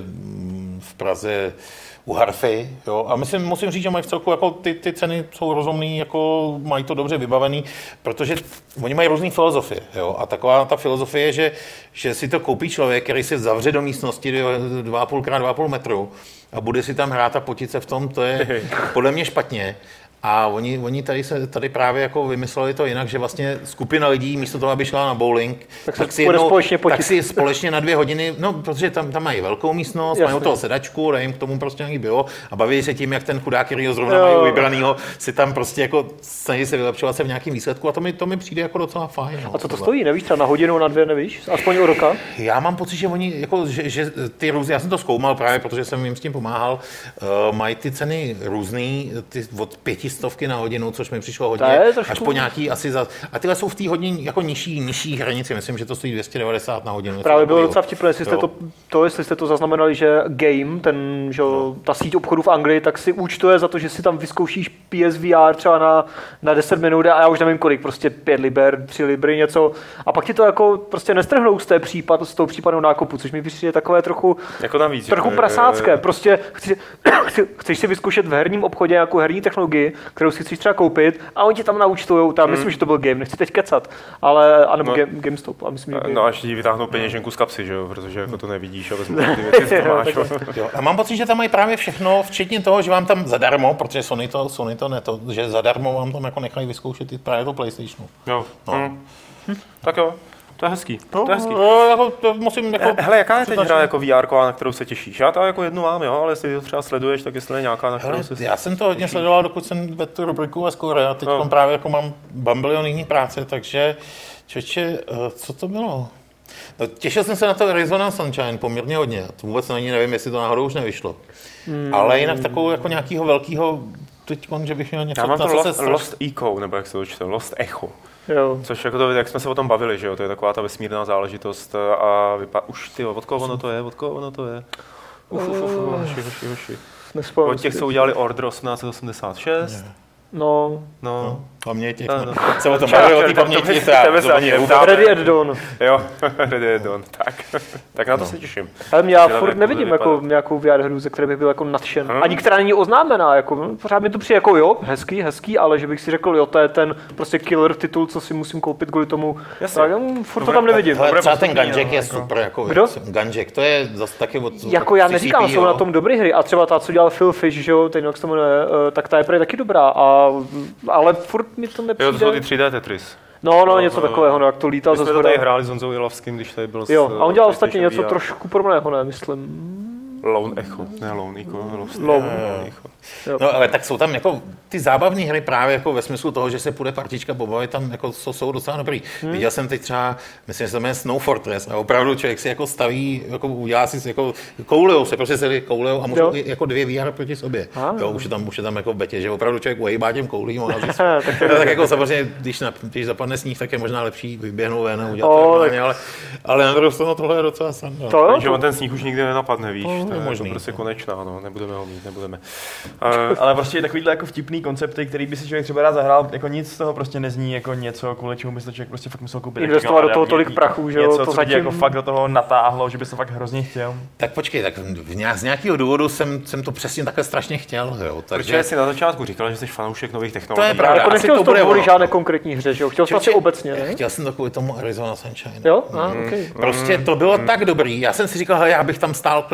Speaker 1: v Praze u Harfy, jo. A myslím, musím říct, že mají v celku, jako ty, ty ceny jsou rozumný, jako mají to dobře vybavený, protože oni mají různý filozofie, jo. A taková ta filozofie je, že, že si to koupí člověk, který se zavře do místnosti dva a půl krát dva a půl metru a bude si tam hrát a potit se v tom, to je podle mě špatně. A oni, oni tady, se, tady právě jako vymysleli to jinak, že vlastně skupina lidí místo toho, aby šla na bowling, tak, tak, si, jednou, společně tak si společně na dvě hodiny, no protože tam, tam mají velkou místnost, Jasně. mají u toho sedačku, dají jim k tomu prostě nějaký bylo a baví se tím, jak ten chudák, který ho zrovna mají vybranýho, si tam prostě jako snaží se vylepšovat se v nějakém výsledku a to mi, to mi přijde jako docela fajn. No,
Speaker 3: a co to stojí, nevíš, třeba na hodinu, na dvě, nevíš, aspoň o roka?
Speaker 1: Já mám pocit, že oni, jako, že, že ty různé, já jsem to zkoumal právě, protože jsem jim s tím pomáhal, uh, mají ty ceny různý, ty od pěti stovky na hodinu, což mi přišlo hodně, až po nějaký asi za... A tyhle jsou v té hodně jako nižší, nižší hranici, myslím, že to stojí dvě stě devadesát na hodinu.
Speaker 3: Právě bylo docela vtipné, jestli jste to, to, jestli jste to zaznamenali, že Game, ten, že no. ta síť obchodů v Anglii, tak si účtuje za to, že si tam vyzkoušíš P S V R třeba na, na deset minut a já už nevím kolik, prostě pět liber, tři libry, něco. A pak ti to jako prostě nestrhnou z té případ, z toho případného nákupu, což mi přijde takové trochu,
Speaker 2: jako tam víc,
Speaker 3: trochu prasácké. Prostě chci, chceš si vyzkoušet v herním obchodě nějakou herní technologii, kterou si chceš třeba koupit a oni ti tam naúčtujou, tam hmm. myslím, že to byl Game, nechci teď kecat, ale anebo no. game, GameStop, a myslím, že
Speaker 2: No až ti vytáhnou peněženku z kapsy, že jo, protože jako to nevidíš a vezmu ty věci, co máš.
Speaker 1: Jo, a mám pocit, že tam mají právě všechno, včetně toho, že vám tam zadarmo, protože Sony to, Sony to ne to, že zadarmo vám tam jako nechají vyzkoušet i právě to PlayStationu.
Speaker 2: Jo. No. Hmm. Hm. Tak jo. To je hezký.
Speaker 1: No,
Speaker 2: to je hezký.
Speaker 1: No, jako, to musím jako...
Speaker 2: Hele, jaká je teď hra jako V R, na kterou se těšíš? Já to jako jednu mám, jo, ale jestli to třeba sleduješ, tak jestli je nějaká, na kterou
Speaker 1: Hele,
Speaker 2: se...
Speaker 1: Já jsem to hodně sledoval, dokud jsem vedl tu rubriku a skoro. Já teď no. právě jako mám bambilion jiný práce, takže čeče, co to bylo? No, těšil jsem se na to Arizona Sunshine poměrně hodně. To vůbec ani nevím, jestli to náhodou už nevyšlo. Hmm. Ale jinak takovou jako nějakého velkého, teďkon, že bych měl něco...
Speaker 2: Já mám to Lost, Lost Echo, nebo jak se to čte, Lost Echo.
Speaker 3: Jo.
Speaker 2: Což jako to, jak jsme se o tom bavili, že jo, to je taková ta vesmírná záležitost a vypadá, už ty, od koho ono to je, od koho ono to je. Uf, uf, uf, hoši, hoši, hoši. Od těch, co udělali Order osmnáct set osmdesát šest.
Speaker 3: No.
Speaker 2: No.
Speaker 1: A mě těch, no. Se o tom bavili, o té paměti, to ani neuvám.
Speaker 3: Ready at Dawn.
Speaker 2: Jo, Ready at Dawn, tak. Tak na to se těším.
Speaker 3: Ale já furt nevidím jako nějakou V R hru, ze které bych byl jako nadšen. Hmm. Ani která není oznámená, jako pořád mi to přijde jako jo, hezký, hezký, ale že bych si řekl, jo, to je ten prostě killer titul, co si musím koupit kvůli tomu. Jasně. Tak furt to tam nevidím.
Speaker 1: Ale třeba ten Gunjack je super, jako Gunjack, to je zase taky od
Speaker 3: jako já neříkám, jsou na tom dobré hry a třeba ta, co dělal Phil Fish, že jo, ten jak se to jmenuje, tak ta je prý taky dobrá, a, ale furt mi to nepřijde.
Speaker 2: Jo, to jsou ty tři dé Tetris.
Speaker 3: No, no, něco takového, no, jak to lítal ze
Speaker 2: zhora. My jsme to tady hráli s Honzou Ilovským, když tady byl...
Speaker 3: Jo, a on dělal ostatně něco trošku podobného, ne, myslím.
Speaker 2: Lone Echo, ne Lone Echo,
Speaker 3: Lone
Speaker 2: Echo.
Speaker 1: No, ale tak jsou tam jako ty zábavné hry právě jako ve smyslu toho, že se půjde partička pobavit, tam jako jsou docela dobrý. Hmm. Viděl jsem teď třeba, myslím, že se to jmenuje Snow Fortress a opravdu člověk si jako staví, jako udělá si jako koulejou se, prostě se koulejou a můžou jako dvě V R proti sobě. Ah. Jo, už je tam, už je tam jako v betě, že opravdu člověk uhejbá těm koulím. tak, tak jako samozřejmě, když, na, když zapadne sníh, tak je možná lepší vyběhnout ven a udělat oh, to normálně, ale, ale na druhou stranu tohle je docela sranda.
Speaker 2: To, že on ten sníh už nikdy nenapadne, víš. To je možný, prostě konečná, no, nebudeme ho mít, nebudeme.
Speaker 4: Uh, ale prostě takovýhle jako vtipný koncepty, který by si člověk třeba rád zahrál, jako nic z toho prostě nezní jako něco, kvůli čemu by se člověk prostě fakt musel koupit.
Speaker 3: Investovat do toho tolik prachu, že jo,
Speaker 4: to zatím jako fakt do toho natáhlo, že by se fakt hrozně chtěl.
Speaker 1: Tak počkej, tak v nějak, z nějakého důvodu jsem, jsem to přesně takhle strašně chtěl, jo. Takže...
Speaker 2: Protože jsi na začátku říkal, že jsi fanoušek nových technologií.
Speaker 1: To je pravda.
Speaker 3: Jako nechtěl jsi to kvůli žádné konkrétní hře, že jo? Chtěl jsi asi obecně, ne?
Speaker 1: Chtěl jsem to kvůli tomu Arizona Sunshine.
Speaker 3: Jo? Ah, okay.
Speaker 1: Prostě to bylo tak dobrý. Já jsem si říkal, já bych tam stál klidně ještě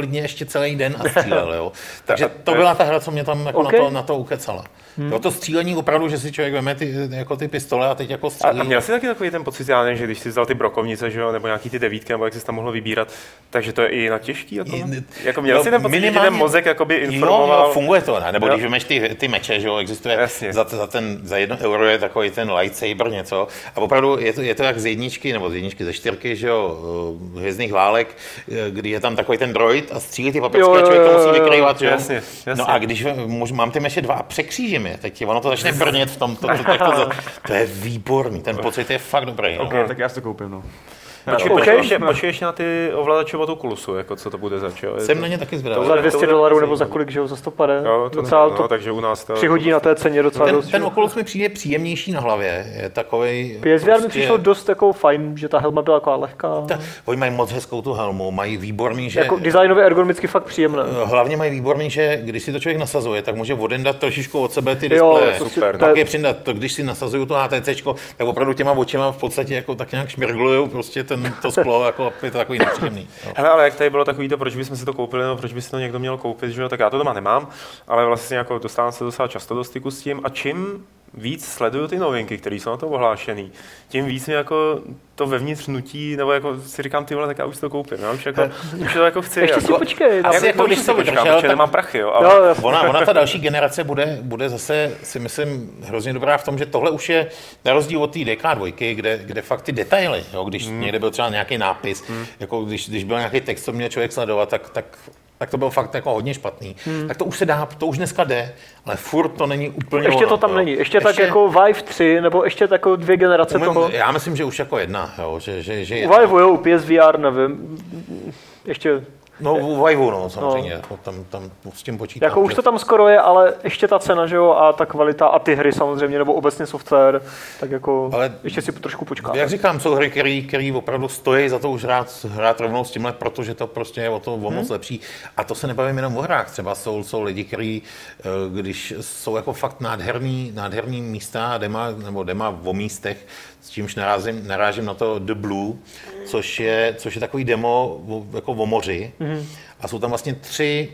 Speaker 1: meče celý den a střílel, jo. Takže to byla ta hra, co mě tam jako
Speaker 3: okay.
Speaker 1: na, to, na to ukecala. Hmm. Jo, to střílení opravdu, že si člověk veme ty, jako ty pistole a teď jako střílí.
Speaker 2: A, a měl jsi taky takový ten pocit, já nevím, že když jsi vzal ty brokovnice, že jo, nebo nějaký ty devítky, nebo jak jsi tam mohl vybírat, takže to je i na těžký? Jako, I, jako měl jo, jsi ten pocit, že ten mozek jakoby informoval?
Speaker 1: Jo, jo, funguje to, ne? Nebo jo. Když vymeš ty, ty meče, že jo, existuje za, za, ten, za jedno euro je takový ten lightsaber něco a opravdu je to, je to jak z jedničky, nebo z jedničky, ze čtyřky, že jo, Hvězdných válek, kdy je tam takový ten droid a střílí ty papecky a člověk to musí vykrývat, že jo. Jasně, jasně. No a když mám ty meče dva a překřížím je, teď ono to začne brnět v tom, to, to, to, to, to je výborný, ten pocit je fakt dobrý.
Speaker 4: Okay, no. Tak já si to koupím, no.
Speaker 2: Počkej, okay. ještě, počkej ještě na ty ovladače od Oculusu, jako co to bude za čo?
Speaker 1: Jsem na ně taky zvědavý.
Speaker 3: Za dvě stě dolarů nebo za kolik, že jo, za sto padesát.
Speaker 2: Jo, to
Speaker 3: docela
Speaker 2: no,
Speaker 3: to
Speaker 2: takže u nás to
Speaker 3: přihodí na té ceně docela
Speaker 1: ten,
Speaker 3: dost.
Speaker 1: Ten Oculus mi přijde příjemnější na hlavě, je takovej...
Speaker 3: P S V R prostě... mi přišlo dost jako fajn, že ta helma byla taková lehká.
Speaker 1: Ta, oni mají moc hezkou tu helmu, mají výborný, že...
Speaker 3: Jako designově ergonomicky fakt příjemné.
Speaker 1: Hlavně mají výborný, že když si to člověk nasazuje, tak může odendat trošičku od sebe ty displeje. Super. Tak je přindat, to, když si nasazuju to HTCčko, tak opravdu těma očima v podstatě jako tak nějak šmirglujou prostě ten, to sklo, jako je to takový nepříjemný.
Speaker 2: Hele, ale jak tady bylo takový to, proč bychom si to koupili, no, proč by si to někdo měl koupit, že jo, tak já to doma nemám, ale vlastně jako dostávám se docela často do styku s tím a čím víc sleduju ty novinky, které jsou na to ohlášený, tím víc mi jako to vevnitř nutí, nebo jako si říkám, ty vole, tak já už to koupím, no, už, jako, už to jako chci.
Speaker 3: Ještě
Speaker 2: jako,
Speaker 3: si počkej.
Speaker 1: Asi jako když to
Speaker 2: počkám, protože nemám prachy, jo.
Speaker 1: Ale... jo, ona, ona ta další generace bude, bude zase, si myslím, hrozně dobrá v tom, že tohle už je na rozdíl od té D K dva, kde, kde fakt ty detaily, jo, když hmm. někde byl třeba nějaký nápis, hmm. jako když, když byl nějaký text, co měl člověk sledovat, tak, tak tak to bylo fakt jako hodně špatný. Hmm. Tak to už se dá, to už dneska jde, ale furt to není úplně
Speaker 3: Ještě
Speaker 1: ono,
Speaker 3: to tam
Speaker 1: jo.
Speaker 3: není, ještě, ještě tak jako Vive tři, nebo ještě jako dvě generace
Speaker 1: umím,
Speaker 3: toho.
Speaker 1: Já myslím, že už jako jedna, jo, že, že, že
Speaker 3: u Vive, jo, u P S V R, nevím, ještě...
Speaker 1: No u Vive, no, samozřejmě, no. Tam, tam s tím počítám.
Speaker 3: Jako už to tam skoro je, ale ještě ta cena, že jo, a ta kvalita a ty hry samozřejmě, nebo obecně software, tak jako ale ještě si trošku počkáme.
Speaker 1: Jak říkám, jsou hry, které opravdu stojí za to už hrát, hrát rovnou s tímhle, protože to prostě je o to o moc hmm. lepší. A to se nebavím jenom o hrách, třeba jsou, jsou lidi, kteří, když jsou jako fakt nádherný, nádherný místa, dema, nebo dema o místech, s čímž narážím, narážím na to The Blue, což je, což je takový demo jako o moři. Mm-hmm. A jsou tam vlastně tři,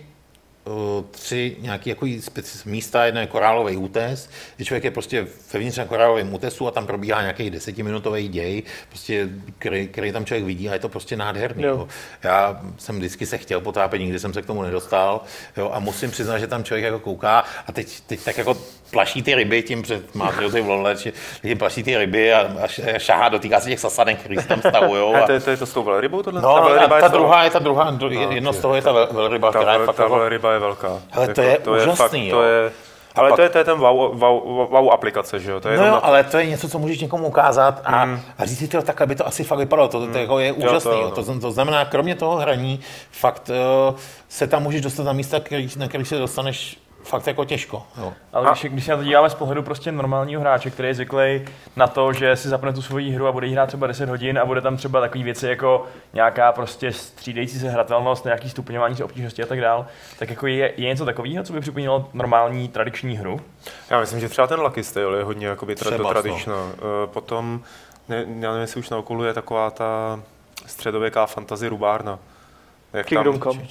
Speaker 1: uh, tři nějaké jako místa, jedno je korálový útes, kdy člověk je prostě vevnitř na korálovém útesu a tam probíhá nějaký desetiminutový děj, prostě, který, který tam člověk vidí a je to prostě nádherný. Jo. Já jsem vždycky se chtěl potápět, nikdy jsem se k tomu nedostal, jo, a musím přiznat, že tam člověk jako kouká a teď, teď tak jako plaší ty ryby, tím před máte ty vlonlet, že tím plaší ty ryby a, a šahá, dotýká se těch sasanek, který se tam stavujou.
Speaker 2: A to je to, je to s tou velrybou tohle?
Speaker 1: No,
Speaker 2: ta
Speaker 1: velryba ta, ta druhá je ta druhá, no, jedno z toho je ta velryba,
Speaker 2: ta,
Speaker 1: která je fakt
Speaker 2: ta velryba je velká.
Speaker 1: Ale to je
Speaker 2: to
Speaker 1: úžasný,
Speaker 2: je fakt,
Speaker 1: jo.
Speaker 2: To je, ale pak, to je, to je ten wow, wow, wow aplikace, že jo? To je
Speaker 1: no jo,
Speaker 2: na...
Speaker 1: ale to je něco, co můžeš někomu ukázat a, mm. a říct si to tak, aby to asi fakt vypadalo. To, to, to jako je úžasný. Jo, to, no. to, to znamená, kromě toho hraní, fakt uh, se tam můžeš dostat na místa, který, na kterých se dostaneš fakt jako těžko. Jo.
Speaker 4: Ale když, když se na to díváme z pohledu prostě normálního hráče, který je zvyklý na to, že si zapne tu svoji hru a bude jí hrát třeba deset hodin a bude tam třeba takové věci jako nějaká prostě střídající se hratelnost, nějaký stupňování se obtížnosti a tak dál, tak jako je, je něco takového, co by připomínalo normální tradiční hru?
Speaker 2: Já myslím, že třeba ten Lucky Style je hodně jakoby tra- tradičná.
Speaker 1: No.
Speaker 2: Potom, ne, já nevím, jestli už na okolu je taková ta středověká fantasy rubárna.
Speaker 3: Jak Kingdom Come.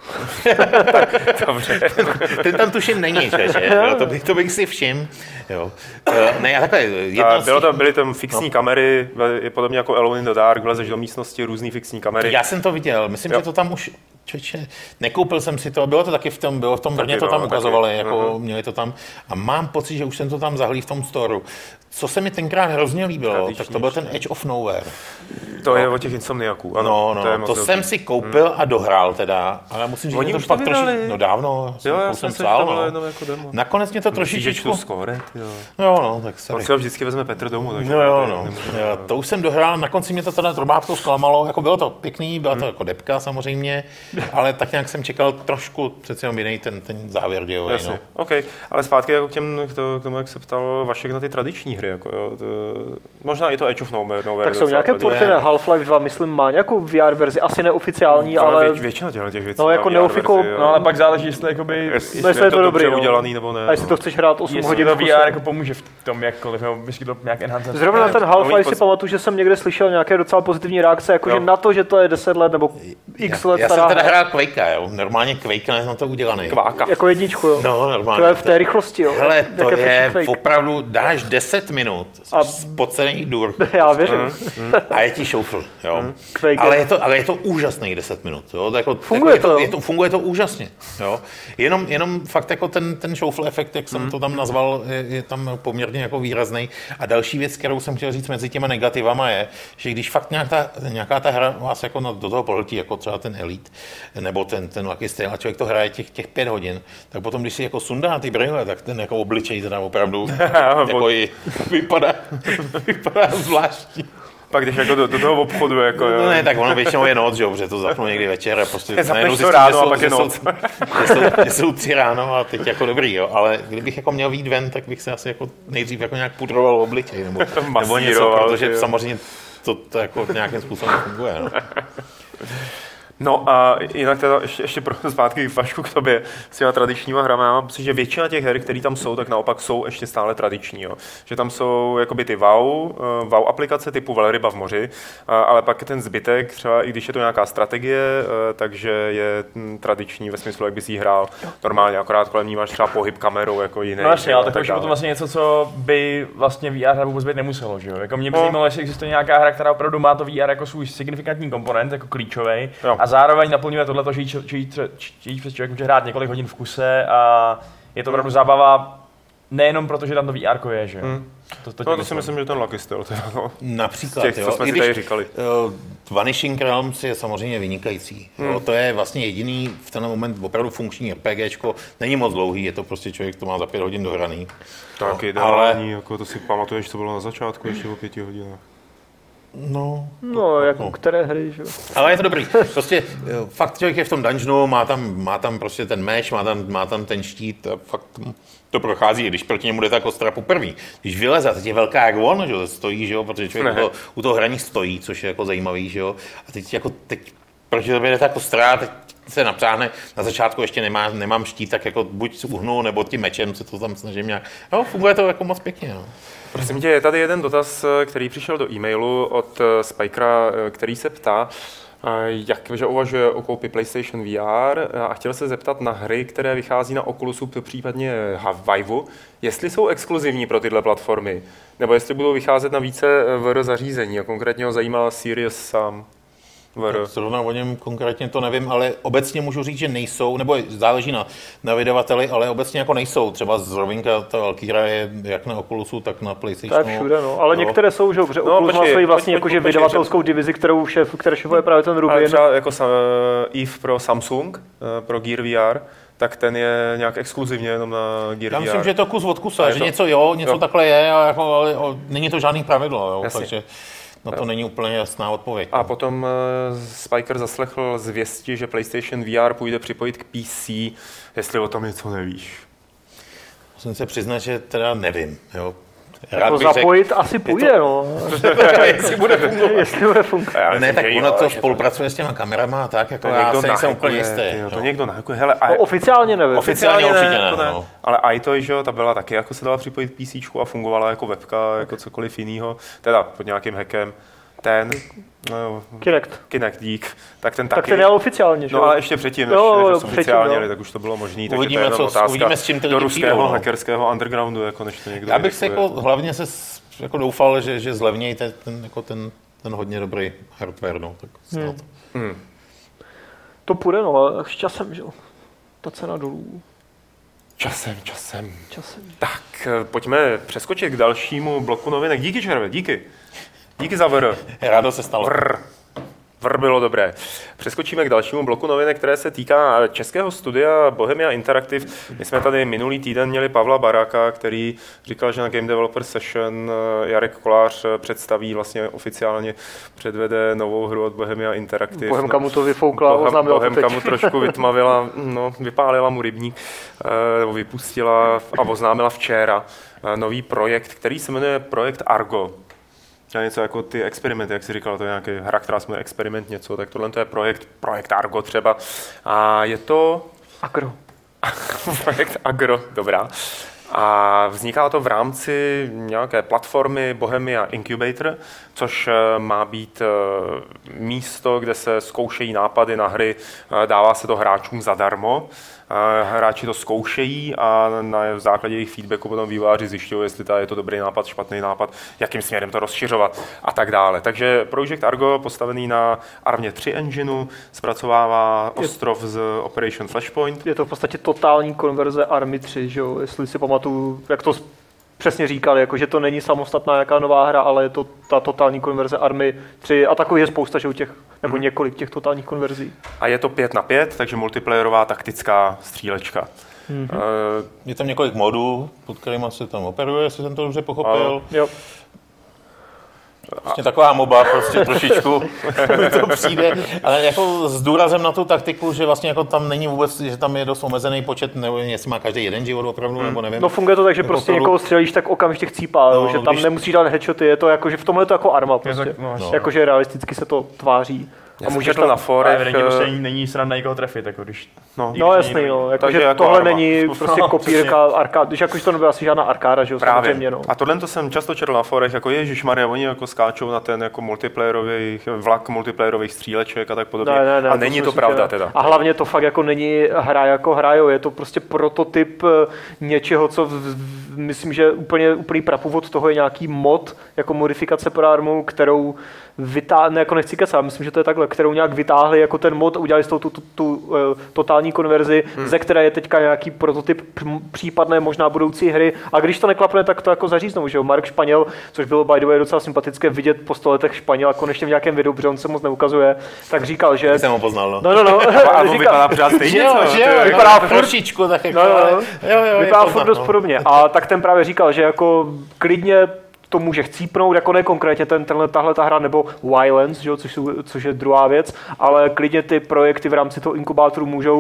Speaker 2: Tak, dobře.
Speaker 1: Ten tam tuším není, čeče. Jo, to, bych, to bych si všiml. Jo. Uh, ne, já takhle, jedno
Speaker 2: bylo tam, byly tam fixní no. kamery, je podobně jako Alone in the Dark, vlezeš do místnosti, různý fixní kamery.
Speaker 1: Já jsem to viděl, myslím, jo. že to tam už, čeče, nekoupil jsem si to, bylo to taky v tom, bylo v tom Brně, to tam no, ukazovali, taky. jako uh-huh. měli to tam a mám pocit, že už jsem to tam zahlí v tom storu. Co se mi tenkrát hrozně líbilo, Tradiční, tak to byl ten Edge of Nowhere.
Speaker 2: To no. je o těch Insomniaků, ano.
Speaker 1: No, no, to, je to jsem si koupil hmm. a dohrál teda, ale musím říct, že to fakt trošku, no dávno,
Speaker 2: jo, já
Speaker 1: jsem
Speaker 2: psal, no.
Speaker 1: no.
Speaker 2: Jako demo.
Speaker 1: Nakonec mě to trošičku...
Speaker 2: Skóre, jo.
Speaker 1: Jo, no, tak sorry.
Speaker 2: On si ho vždycky vezme Petr domů, takže...
Speaker 1: No jo, no, jo, to už jsem dohrál, na konci mě to teda drobátkou zklamalo, jako bylo to pěkný, byla to hmm. jako depka samozřejmě, ale tak nějak jsem čekal trošku přece jenom jiný ten, ten závěr dějový, no.
Speaker 2: OK, ale zpátky jako k, těm, k, to, k tomu, jak se ptal Vašek na ty tradiční hry, jako jo, to, možná i to Age of Nowhere.
Speaker 3: Tak jsou nějaké porty na Half-Life dva, myslím, má nějakou V R verzi, asi neoficiální, no, ale...
Speaker 2: Vě, většina těch věcí
Speaker 3: no, jako neofikou,
Speaker 4: no, ale pak záleží, jestli jakoby,
Speaker 2: jestli,
Speaker 3: jestli je to, to dobrý, no.
Speaker 2: udělaný, nebo ne.
Speaker 3: A jestli to chceš hrát osm
Speaker 4: jestli
Speaker 3: hodin.
Speaker 4: Jestli to V R jako pomůže v tom jakkoliv, nebo jestli to nějak enhance.
Speaker 3: Zrovna na ten Half-Life si pamatuju, že jsem někde slyšel nějaké docela pozitivní reakce, jakože na to, že to je deset let nebo x let
Speaker 1: já
Speaker 3: stará
Speaker 1: jsem teda hra Quake, jo. Normálně Quake je na to udělaný.
Speaker 2: Kváka.
Speaker 3: Jako jedničku, jo.
Speaker 1: No, normálně.
Speaker 3: To je v té rychlosti, jo.
Speaker 1: Hele, to
Speaker 3: Jak
Speaker 1: je
Speaker 3: Quake.
Speaker 1: opravdu, dáš deset minut
Speaker 3: A-
Speaker 1: spocený dur.
Speaker 3: Já věřím.
Speaker 1: A je ti šoufl, jo.
Speaker 3: Quake.
Speaker 1: Ale je to, ale je to úžasných deset minut, jo. To jako,
Speaker 3: Funguje
Speaker 1: jako
Speaker 3: to,
Speaker 1: je
Speaker 3: jo.
Speaker 1: to, je to, funguje to úžasně, jo. Jenom, jenom fakt jako ten, ten šoufl efekt, jak jsem to tam nazval, je, je tam poměrně jako výrazný. A další věc, kterou jsem chtěl říct mezi těma negativama je, že když fakt nějaká, nějaká ta hra vás jako do toho pohltí, jako třeba ten Elite, nebo ten, ten Lucky Steel, a člověk to hraje těch, těch pět hodin, tak potom, když si jako sundá ty brýle, tak ten jako obličej teda opravdu jako i vypadá, vypadá zvláštní.
Speaker 2: Pak když jako do, do toho obchodu, jako jo.
Speaker 1: No ne, tak ono většinou je noc, že jo, protože to zapnu někdy večer a prostě
Speaker 2: Zapneš to
Speaker 1: zjistím,
Speaker 2: ráno
Speaker 1: že
Speaker 2: a
Speaker 1: jsou-
Speaker 2: pak je
Speaker 1: že jsou-
Speaker 2: noc.
Speaker 1: že jsou, že jsou tři ráno a teď jako dobrý, jo, ale kdybych jako měl výjít ven, tak bych se asi jako nejdřív jako nějak pudroval obličej, nebo, nebo něco,
Speaker 2: Masíroval,
Speaker 1: protože
Speaker 2: jo.
Speaker 1: samozřejmě to, to jako nějakým způsobem funguje, no.
Speaker 2: No a jinak teda ještě, ještě pro zpátky Vašku k tobě s těma tradičníma hrama. Já mám pocit, že většina těch her, které tam jsou, tak naopak jsou ještě stále tradiční. Jo. Že tam jsou jakoby ty wow, eh, wow aplikace typu velryba v moři, a- ale pak ten zbytek, třeba i když je to nějaká strategie, eh, takže je hm, tradiční ve smyslu, jak bys jí hrál normálně, akorát kolem ní máš třeba pohyb kamerou jako jiný.
Speaker 4: No jasně, ale tak
Speaker 2: tak
Speaker 4: už je
Speaker 2: dále.
Speaker 4: potom vlastně něco, co by vlastně V R hra vůbec být nemuselo, že jo? Jako mě by
Speaker 2: No.
Speaker 4: zajímalo, jestli existuje nějaká hra, která opravdu má to V R jako svůj signifikantní komponent, jako klíčový,
Speaker 2: Jo.
Speaker 4: a zároveň naplňuje tohleto, že jí, že jí, tře- že jí přes člověk může hrát několik hodin v kuse a je to opravdu zábava nejenom proto, že tam to V R je, že jo?
Speaker 2: Hmm.
Speaker 4: To, to,
Speaker 2: No to si myslím, že ten Lucky Steel, teda, no.
Speaker 1: Například,
Speaker 2: Z těch,
Speaker 1: jo.
Speaker 2: co jsme
Speaker 1: I
Speaker 2: si
Speaker 1: když,
Speaker 2: tady říkali.
Speaker 1: uh, Vanishing Realms je samozřejmě vynikající. Hmm. Jo, to je vlastně jediný v ten moment opravdu funkční RPGčko. Není moc dlouhý, je to prostě člověk, to má za pět hodin dohraný.
Speaker 2: Tak
Speaker 1: No,
Speaker 2: ideální, jako to si pamatuješ, co bylo na začátku, ještě o pěti hodinách.
Speaker 1: No,
Speaker 3: No, jako
Speaker 1: no.
Speaker 3: které hry, že jo.
Speaker 1: Ale je to dobrý. Prostě jo, fakt člověk je v tom dungeonu, má tam, má tam prostě ten meč, má tam, má tam ten štít a fakt to prochází, když proti němu jde ta kostra poprvé. Když vyleze, a teď je velká jak on, že jo, stojí, že jo, protože člověk u toho, u toho hraní stojí, což je jako zajímavý, že jo. A teď jako teď proti tobě jde ta kostra, teď se napřáhne, na začátku ještě nemá, nemám štít, tak jako buď uhnu, nebo tím mečem se to tam snažím nějak. No, funguje to jako moc pěkně, no.
Speaker 2: Prosím tě, je tady jeden dotaz, který přišel do e-mailu od Spikera, který se ptá, jak že uvažuje o koupi PlayStation V R a chtěl se zeptat na hry, které vychází na Oculusu, případně Viveu, jestli jsou exkluzivní pro tyhle platformy, nebo jestli budou vycházet na více V R zařízení. A konkrétně ho zajímá Sirius Sam.
Speaker 1: Tak zrovna o něm konkrétně to nevím, ale obecně můžu říct, že nejsou, nebo záleží na, na vydavateli, ale obecně jako nejsou. Třeba zrovna ta velký hra je jak na Oculusu, tak na
Speaker 3: To
Speaker 1: PlayStationu.
Speaker 3: je všude, no. Ale
Speaker 1: Jo.
Speaker 3: některé jsou, že jo, protože
Speaker 2: No,
Speaker 3: Oculus má
Speaker 2: počkej,
Speaker 3: svoji vlastní
Speaker 2: pojď,
Speaker 3: jakože
Speaker 2: pojď, počkej,
Speaker 3: vydavatelskou divizi, kterou šéf, které šefuje právě ten
Speaker 2: Ale
Speaker 3: Rubin.
Speaker 2: třeba jako uh, Eve pro Samsung, uh, pro Gear V R, tak ten je nějak exkluzivně jenom na Gear
Speaker 1: Já
Speaker 2: V R.
Speaker 1: myslím, že je to kus od kusa,
Speaker 2: A je
Speaker 1: že
Speaker 2: to-
Speaker 1: něco jo, něco
Speaker 2: jo.
Speaker 1: takhle je, a jako, ale o, není to žádný pravidlo, jo,
Speaker 2: Jasně.
Speaker 1: takže na to není úplně jasná odpověď.
Speaker 2: A potom uh, Spiker zaslechl zvěsti, že PlayStation V R půjde připojit k P C, jestli o tom něco nevíš.
Speaker 1: Musím se přiznat, že teda nevím, jo. Rád
Speaker 3: Jako
Speaker 1: bych řekl,
Speaker 3: zapojit asi půjde, no.
Speaker 1: jestli bude fungovat.
Speaker 3: Jestli bude fungovat.
Speaker 2: Já
Speaker 1: Ne,
Speaker 2: myslím,
Speaker 1: tak
Speaker 2: že
Speaker 1: ono
Speaker 2: jo,
Speaker 1: to
Speaker 2: že
Speaker 1: spolupracuje s těma kamerama a tak, jako
Speaker 2: to
Speaker 1: já
Speaker 2: někdo
Speaker 1: se nejsem
Speaker 2: nahakuje,
Speaker 1: úplně jistý.
Speaker 2: tyjo, to
Speaker 1: jo.
Speaker 2: někdo nahakuje. Hele, a
Speaker 3: No, oficiálně nevím.
Speaker 1: Oficiálně určitě ne,
Speaker 2: to
Speaker 1: no.
Speaker 2: Ale iToy, že jo, ta byla taky, jako se dala připojit k PCčku a fungovala jako webka, jako cokoliv jiného, teda pod nějakým hackem. Ten, no,
Speaker 3: Kinect.
Speaker 2: Kinect, dík, tak ten taky.
Speaker 3: Tak ten je oficiálně, že
Speaker 2: No
Speaker 3: jo?
Speaker 2: ale ještě předtím, než,
Speaker 3: Jo,
Speaker 2: než
Speaker 3: jo,
Speaker 2: to
Speaker 3: předtím,
Speaker 2: oficiálně,
Speaker 3: no.
Speaker 2: tak už to bylo možné.
Speaker 1: Uvidíme, co- uvidíme, s čím ty
Speaker 2: do
Speaker 1: lidi
Speaker 2: ruského
Speaker 1: přijdou, no.
Speaker 2: hackerského undergroundu, jako než to někdo
Speaker 1: Já bych se
Speaker 2: vyhackuje.
Speaker 1: jako, hlavně se s- jako doufal, že, že zlevnějí ten, ten, jako ten, ten hodně dobrý hardware, no, tak snad.
Speaker 2: Hmm.
Speaker 3: To půjde, no, ale s časem, že jo? Ta cena dolů.
Speaker 2: Časem, časem.
Speaker 3: Časem.
Speaker 2: Tak, eh, pojďme přeskočit k dalšímu bloku novinek. Díky, Červe, díky. Díky za V R.
Speaker 1: Rádo se stalo.
Speaker 2: Vrr. Vrr bylo dobré. Přeskočíme k dalšímu bloku novinek, které se týká českého studia Bohemia Interactive. My jsme tady minulý týden měli Pavla Baráka, který říkal, že na Game Developer Session Jarek Kolář představí vlastně oficiálně, předvede novou hru od Bohemia Interactive.
Speaker 3: Bohemka mu to vyfoukla a
Speaker 2: Bohem,
Speaker 3: oznámila to
Speaker 2: Bohemka
Speaker 3: teď.
Speaker 2: mu trošku vytmavila, no, vypálila mu rybník, eh, nebo vypustila a oznámila včera eh, nový projekt, který se jmenuje Projekt Argo. To je něco jako ty experimenty, jak jsi říkal, to je nějaký hra, která se jmenuje Experiment něco, tak tohle to je projekt, projekt Argo třeba. A je to
Speaker 3: Agro.
Speaker 2: projekt Agro, dobrá. A vzniká to v rámci nějaké platformy Bohemia Incubator, což má být místo, kde se zkoušejí nápady na hry, dává se to hráčům zadarmo. Hráči to zkoušejí a na základě jejich feedbacku potom vývojáři zjišťují, jestli je to dobrý nápad, špatný nápad, jakým směrem to rozšiřovat a tak dále. Takže Project Argo, postavený na Armě tři engineu, zpracovává ostrov z Operation Flashpoint.
Speaker 3: Je to v podstatě totální konverze Army tři, že jo? Jestli si pamatuju, jak to přesně říkali, jako, že to není samostatná jaká nová hra, ale je to ta totální konverze Army tři a takový je spousta, že těch, nebo několik těch totálních konverzí.
Speaker 2: A je to pět na pět, takže multiplayerová taktická střílečka.
Speaker 1: Mm-hmm. Uh, je tam několik modů, pod kterými se tam operuje, jestli jsem to dobře pochopil.
Speaker 3: A, jo.
Speaker 1: Prostě taková moba, prostě trošičku mi to přijde, ale jako s důrazem na tu taktiku, že vlastně jako tam není vůbec, že tam je dost omezený počet, nebo jestli má každý jeden život opravdu, nebo nevím.
Speaker 3: No funguje to tak, že prostě opravdu někoho střelíš, tak okamžitě chcípá, no, že tam když... nemusíš dát headshoty, je to jako, že v tomhle je to jako arma prostě, tak, no, jakože realisticky se to tváří.
Speaker 2: A můžeš to na fórech.
Speaker 4: Evidentně prostě není sranda někoho trefit, jako když...
Speaker 3: No, no jasný, no, jakože jako tohle arma. Není prostě no, kopírka arkád, když jakože to nebyla asi žádná arkáda, že jo, samozřejmě, no.
Speaker 2: A tohle to jsem často četl na fórech, jako ježišmarja, oni jako skáčou na ten jako multiplayerový vlak multiplayerových stříleček a tak podobně. Ne, ne, ne, a není to, to pravda teda.
Speaker 3: A hlavně to fakt jako není hra jako hra, jo, je to prostě prototyp něčeho, co v, v, myslím, že úplně úplný prapůvod toho je nějaký mod, jako modifikace pro armu, kterou vytáhne, jako nechci kecat, myslím, že to je takhle, kterou nějak vytáhli jako ten mod, udělali z toho tu, tu, tu uh, totální konverzi, hmm. ze které je teďka nějaký prototyp případné možná budoucí hry. A když to neklapne, tak to jako zaříznou, že jo. Mark Španěl, což bylo by the way docela sympatické vidět po sto letech Španěla konečně v nějakém videu, protože on se moc neukazuje, tak říkal, že...
Speaker 1: Já jsem ho poznal, no.
Speaker 3: No, no, no.
Speaker 2: A on vypadá pořád stejně,
Speaker 1: jo,
Speaker 2: co?
Speaker 1: Jo, jo,
Speaker 3: vypadá
Speaker 1: furt trošičku, tak jako...
Speaker 3: No, no,
Speaker 1: jo, jo,
Speaker 3: vypadá furt dost podobně. A tak ten právě říkal, že jako klidně to může chcípnout, jako ne konkrétně ten, tenhle, tahle ta hra nebo Wildlands, že jo, což, jsou, což je druhá věc, ale klidně ty projekty v rámci toho inkubátoru můžou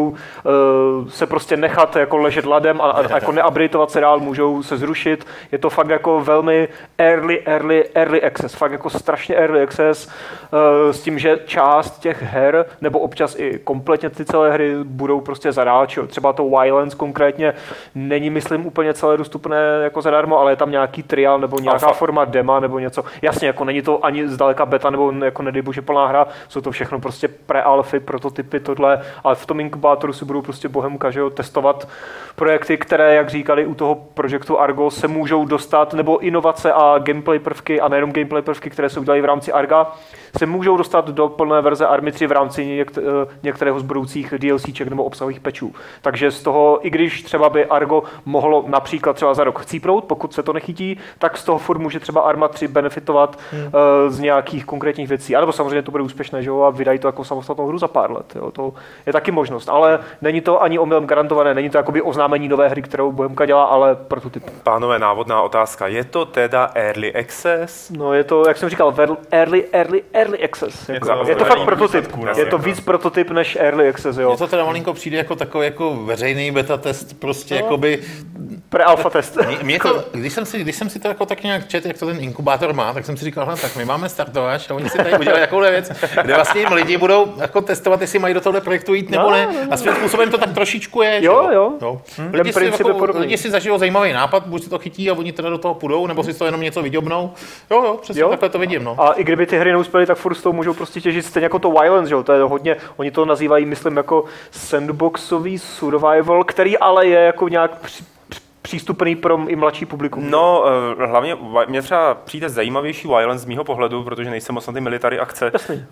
Speaker 3: uh, se prostě nechat jako ležet ladem a, a jako neupdateovat se dál, můžou se zrušit. Je to fakt jako velmi early, early, early access, fakt jako strašně early access uh, s tím, že část těch her, nebo občas i kompletně ty celé hry budou prostě zadáč. Třeba to Wildlands konkrétně není, myslím, úplně celé dostupné jako zadarmo, ale je tam nějaký trial nebo nějaká Alpha. Forma dema nebo něco. Jasně, jako není to ani zdaleka beta nebo jako nedej bože plná hra, jsou to všechno prostě pre-alfy, prototypy, tohle, ale v tom inkubátoru si budou prostě bohemka, že jo, testovat projekty, které, jak říkali u toho projektu Argo, se můžou dostat, nebo inovace a gameplay prvky, a nejenom gameplay prvky, které se udělají v rámci Arga, se můžou dostat do plné verze Army tři v rámci některého z budoucích DLCček nebo obsahových patchů. Takže z toho, i když třeba by Argo mohlo například třeba za rok chcípnout, pokud se to nechytí, tak z toho furt může třeba Arma tři benefitovat hmm. uh, z nějakých konkrétních věcí. A nebo samozřejmě to bude úspěšné, že jo, a vydají to jako samostatnou hru za pár let. Jo. To je taky možnost, ale není to ani omylem garantované, není to jakoby oznámení nové hry, kterou Bohemka dělá, ale prototyp.
Speaker 2: Pánové, návodná otázka. Je to teda early access?
Speaker 3: No je to, jak jsem říkal, early, early, early access. Jako, je, je to fakt prototyp. Je to víc prototyp než early access, jo.
Speaker 1: Mně to teda malinko přijde jako takový jako veřejný beta test, prostě no. jakoby...
Speaker 3: Pre-alpha test.
Speaker 1: Mě to, když jsem si, když jsem si to jako tak nějak četl, jak to ten inkubátor má, tak jsem si říkal, tak my máme startovač a oni si tady udělali takovou věc, kde vlastně jim lidi budou jako testovat, jestli mají do tohle projektu jít nebo no, ne. A svým způsobem to tak trošičku je.
Speaker 3: Jo, jo.
Speaker 1: No. Hm. Lidi, si, jako, lidi si zažijou zajímavý nápad, buď si to chytí a oni teda do toho půjdou, nebo si to jenom něco vyděbnou. Jo, jo, přesně jo. Takhle to vidím. No.
Speaker 3: A i kdyby ty hry neuspěly, tak furt s tou můžou prostě těžit stejně jako to Wildlands, jo. To je hodně, oni to nazývají, myslím, jako sandboxový survival, který ale je jako nějak přístupný pro i mladší publikum.
Speaker 2: No, hlavně mě třeba přijde zajímavější Wildlands z mýho pohledu, protože nejsem moc na ty military akce.
Speaker 3: Jasný.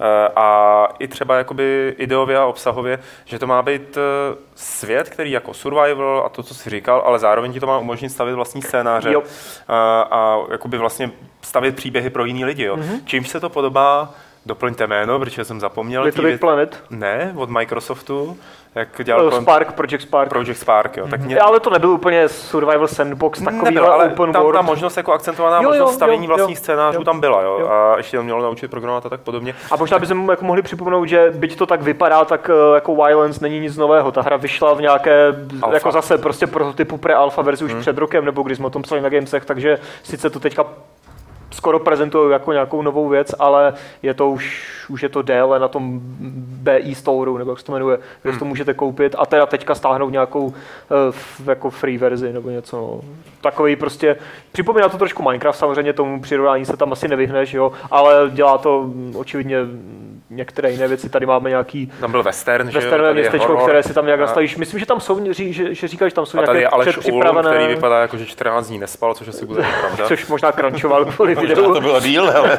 Speaker 2: A i třeba jakoby ideově a obsahově, že to má být svět, který jako survival a to, co jsi říkal, ale zároveň ti to má umožnit stavět vlastní scénáře
Speaker 3: jo.
Speaker 2: a, a jakoby vlastně stavět příběhy pro jiný lidi. Jo. Mm-hmm. Čímž se to podobá, doplňte jméno, protože jsem zapomněl.
Speaker 3: Little Big Planet?
Speaker 2: Ne, od Microsoftu. Jak dělal
Speaker 3: uh, Spark, Project Spark.
Speaker 2: Project Spark, jo. Mm-hmm. Tak mě...
Speaker 3: Ale to nebyl úplně survival sandbox, takový
Speaker 2: nebyl, ale
Speaker 3: open
Speaker 2: tam
Speaker 3: world.
Speaker 2: ta možnost jako akcentovaná
Speaker 3: jo, jo,
Speaker 2: možnost stavění
Speaker 3: jo,
Speaker 2: vlastních
Speaker 3: jo,
Speaker 2: scénářů
Speaker 3: jo,
Speaker 2: tam byla, jo.
Speaker 3: jo.
Speaker 2: A ještě to mělo naučit programovat a tak podobně.
Speaker 3: A možná bychom jako mohli připomenout, že byť to tak vypadá, tak jako Wildlands není nic nového. Ta hra vyšla v nějaké, alpha. Jako zase prostě prototypu pre alpha verzi už hmm. před rokem, nebo když jsme o tom psali na Gamesech, takže sice to teďka skoro prezentují jako nějakou novou věc, ale je to už, už je to déle na tom B I Store, nebo jak se to jmenuje, kde hmm. to můžete koupit a teda teďka stáhnout nějakou uh, jako free verzi nebo něco. No. Takový prostě, připomíná to trošku Minecraft, samozřejmě tomu přirovnání se tam asi nevyhneš, jo, ale dělá to očividně některé jiné věci. Tady máme nějaký
Speaker 2: tam byl western,
Speaker 3: westernové městečko, které si tam nějak nastavíš. Myslím, že tam jsou, že, že říkáš, že tam jsou
Speaker 2: a tady
Speaker 3: nějaké
Speaker 2: Aleš
Speaker 3: předpřipravené...
Speaker 2: Ulm, který vypadá jako, že čtrnáct dní nespal, což asi bude pravda.
Speaker 3: Což možná crunchoval kvůli
Speaker 1: Možná
Speaker 3: videu.
Speaker 1: to bylo díl, ale...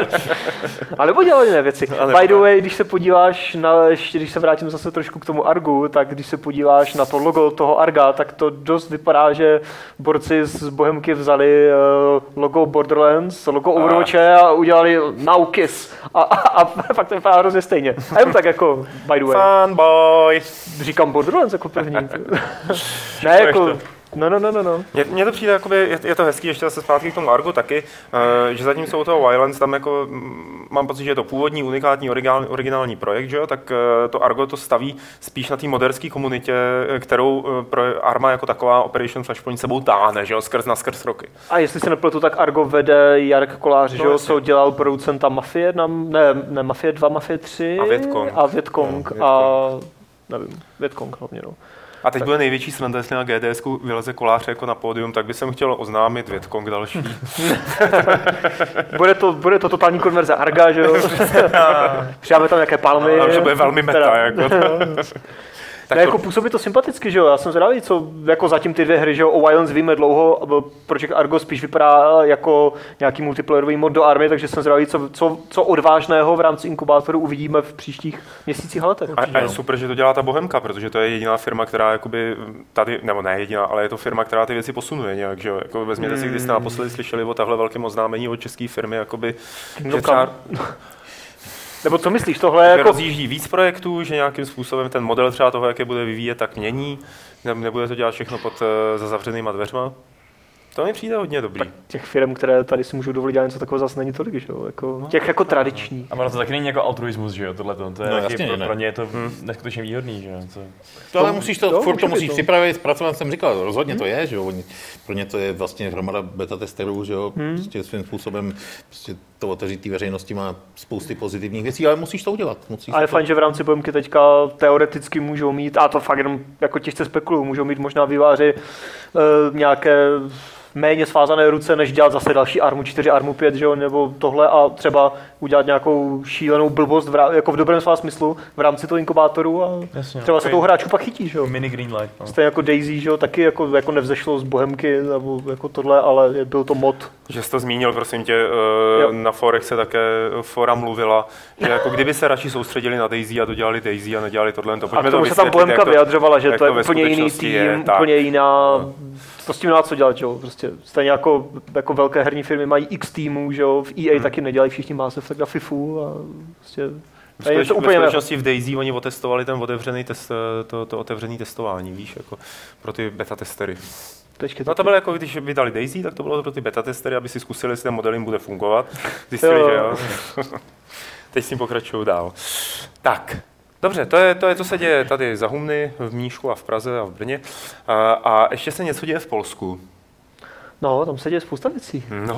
Speaker 3: A nebo dělali jiné věci. By the way, když se podíváš na, ještě když se vrátím zase trošku k tomu Argu, tak když se podíváš na to logo toho Arga, tak to dost vypadá, že borci z Bohemky vzali uh, logo Borderlands, logo Overwatche a udělali Now Kiss. A, a, a fakt to vypadá hrozně stejně. A jen tak jako, by the way.
Speaker 2: Fanboy.
Speaker 3: Říkám Borderlands jako první. Ne, jako... No, no, no, no, no.
Speaker 2: Mně to přijde, jakoby, je, je to hezký, ještě zase zpátky k tomu Argu taky, uh, že zatímco u toho Wildlands tam jako, m, mám pocit, že je to původní, unikátní, originální, originální projekt, že jo? Tak uh, to Argo to staví spíš na té moderské komunitě, kterou uh, pro Arma jako taková Operation Flashpoint sebou táhne, že jo? Skrz na skrz roky.
Speaker 3: A jestli se nepletu, tak Argo vede Jarek Kolář, no, že jo? Co dělal producenta Mafie, na, ne, ne Mafie dva, Mafie tři
Speaker 2: a Vietcong.
Speaker 3: A Vietcong no, a nevím, Vietcong hlavně, no.
Speaker 2: A teď tak. Bude největší sranda, jestli na G D S ku vyleze Kolář jako na pódium, tak bych jsem chtěl oznámit Vietcong další.
Speaker 3: bude, to, bude to totální konverze Arga, že jo? Přijáme tam nějaké palmy.
Speaker 2: No, to bude velmi meta, teda. Jako.
Speaker 3: Tak ne, to... jako působí to sympaticky, že jo? Já jsem zvědavý, co jako zatím ty dvě hry, že jo, o Wildlands víme dlouho, Project Argo spíš vypadá jako nějaký multiplayerový mod do Army, takže jsem zvědavý, co, co, co odvážného v rámci inkubátoru uvidíme v příštích měsících a letech.
Speaker 2: A, a je super, že to dělá ta Bohemka, protože to je jediná firma, která jakoby tady, nebo ne jediná, ale je to firma, která ty věci posunuje nějak, že jo? Jako vezměte si, když jste naposledy slyšeli o tahle velkém oznámení od české firmy, jakoby,
Speaker 3: no,
Speaker 2: že třeba...
Speaker 3: Nebo co myslíš, tohle je jako...
Speaker 2: rozjíždí víc projektů, že nějakým způsobem ten model třeba toho, jak je bude vyvíjet, tak mění, nebude to dělat všechno pod za zavřenýma dveřma. To mi přijde hodně dobrý.
Speaker 3: Tak těch firm, které tady si můžou dovolit dělat něco takového, zase není tolik, že jo? Jako, no, těch jako tradiční.
Speaker 4: A ono to taky není jako altruismus, že jo? Tohleto. To je
Speaker 1: no,
Speaker 4: taky
Speaker 1: jasně,
Speaker 4: pro,
Speaker 1: ne.
Speaker 4: pro ně je to hmm. neskutečně výhodný, že jo? To...
Speaker 1: To ale musíš to,
Speaker 3: to
Speaker 1: furt to musíš
Speaker 3: to.
Speaker 1: připravit, zpracovat, jsem říkal, rozhodně hmm. to je, že jo? Pro ně to je vlastně hromada beta testerů, že jo? Hmm. Prostě svým způsobem prostě to otevřít té veřejnosti má spousty pozitivních věcí, ale musíš to udělat. Musíš
Speaker 3: a je
Speaker 1: to...
Speaker 3: fajn, že v rámci Bohemky teďka teoreticky můžou mít, a to fakt jenom jako těžce spekulují, můžou mít možná výváři e, nějaké méně svázané ruce, než dělat zase další Armu čtyři, Armu pět, že jo, nebo tohle a třeba udělat nějakou šílenou blbost, v rá, jako v dobrém svá smyslu, v rámci toho inkubátoru a jasně, třeba okay. se toho hráčů pak chytí, že jo.
Speaker 4: Mini green light. No.
Speaker 3: Stejně jako Daisy, že jo, taky jako, jako nevzešlo z Bohemky, nebo jako tohle, ale byl to mod.
Speaker 2: Že jsi to zmínil, prosím tě, uh, na forech se také fora mluvila, že jako kdyby se radši soustředili na Daisy a dodělali Daisy a nedělali tohle. To,
Speaker 3: a k tomu se tam Bohemka vyjadřovala, že to je úplně jiný tým,
Speaker 2: je,
Speaker 3: úplně jiná... To s tím nemá co dělat, že jo, prostě stejně jako, jako velké herní firmy mají x týmů, že jo, v E A hmm. taky nedělají všichni Mass Effect a FIFU a prostě...
Speaker 2: V, je to úplně ve skutečnosti v Daisy oni otestovali ten otevřený test, to, to otevřený testování, víš, jako pro ty beta testery.
Speaker 3: Počkej,
Speaker 2: no to bylo jako, když vydali Daisy, tak to bylo pro ty beta testery, aby si zkusili, jestli ten model jim bude fungovat. Zjistili, jo. že jo. Teď s tím pokračují dál. Tak. Dobře, to je, to je, co se děje tady za Humny, v Mníšku a v Praze a v Brně. A, a ještě se něco děje v Polsku.
Speaker 3: No, tam se děje spousta věcí.
Speaker 2: No.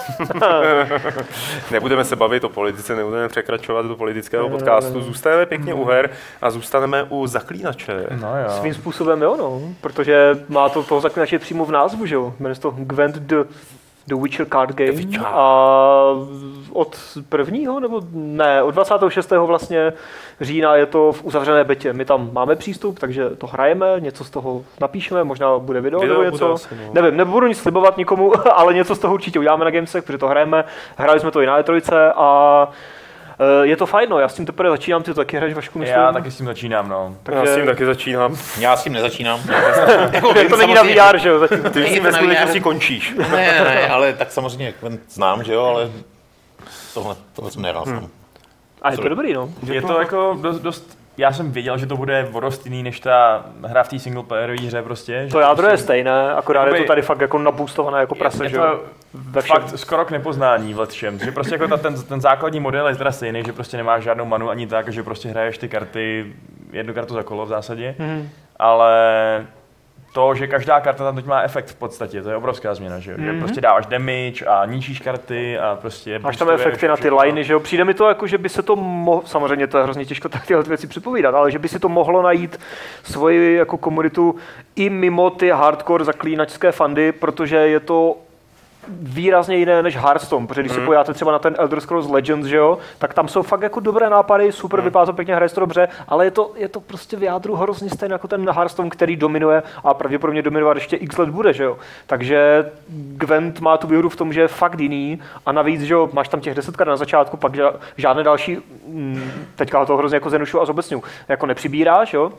Speaker 2: Nebudeme se bavit o politice, nebudeme překračovat do politického podcastu. Zůstaneme pěkně u her a zůstaneme u Zaklínače.
Speaker 4: No jo.
Speaker 3: Svým způsobem jo, no. Protože má to toho Zaklínače přímo v názvu, že jo. Jmenuje se to Gwent the The Witcher Card Game Witcher. A od prvního, nebo ne, od dvacátého šestého vlastně října je to v uzavřené betě. My tam máme přístup, takže to hrajeme, něco z toho napíšeme, možná bude video, video nebo něco. Asi, no. Nevím, nebudu nic slibovat nikomu, ale něco z toho určitě uděláme na Gamesech, protože to hrajeme. Hrali jsme to i na E tři a je to fajn, no, já s tím teprve začínám, ty to taky hraješ, Vašku, myslím.
Speaker 4: Já taky s tím začínám, no.
Speaker 2: Takže... Já s tím taky začínám.
Speaker 1: Já s tím nezačínám.
Speaker 3: jako, to není na V R, že jo, zatím.
Speaker 2: Ty s tím ve skutečnosti končíš.
Speaker 1: ne, ne, ale tak samozřejmě znám, že jo, ale tohle, tohle jsem nehrál hmm.
Speaker 3: A je to dobrý, no.
Speaker 4: Je to jako dost, dost já jsem věděl, že to bude vodost jiný než ta hra v té singleplayerové hře prostě.
Speaker 3: To jádro je stejné, akorát jakoby, je to tady fakt jako naboostované jako prase, je,
Speaker 4: je to ve fakt skoro k nepoznání v letšem, že prostě jako ta, ten, ten základní model je teda stejný, že prostě nemáš žádnou manu ani tak, že prostě hraješ ty karty, jednu kartu za kolo v zásadě, hmm. ale to, že každá karta tam teď má efekt v podstatě, to je obrovská změna, že, mm-hmm. že prostě dáváš damage a ničíš karty a prostě...
Speaker 3: Máš tam efekty na ty liney, že jo, přijde mi to jako, že by se to mohlo, samozřejmě to je hrozně těžko tak tyhle věci předpovídat, ale že by si to mohlo najít svoji jako komunitu i mimo ty hardcore zaklínačské fandy, protože je to výrazně jiné než Hearthstone, protože když mm. se podíváte třeba na ten Elder Scrolls Legends, že jo, tak tam jsou fakt jako dobré nápady, super, mm. vypadá to pěkně, hraje to dobře, ale je to, je to prostě v jádru hrozně stejné jako ten Hearthstone, který dominuje a pravděpodobně dominovat ještě x let bude, že jo. Takže Gwent má tu výhodu v tom, že je fakt jiný a navíc, že jo, máš tam těch deset kart na začátku, pak žádné další, teďka to hrozně jako zenušu a zobecňu, jako nepřibíráš, jo,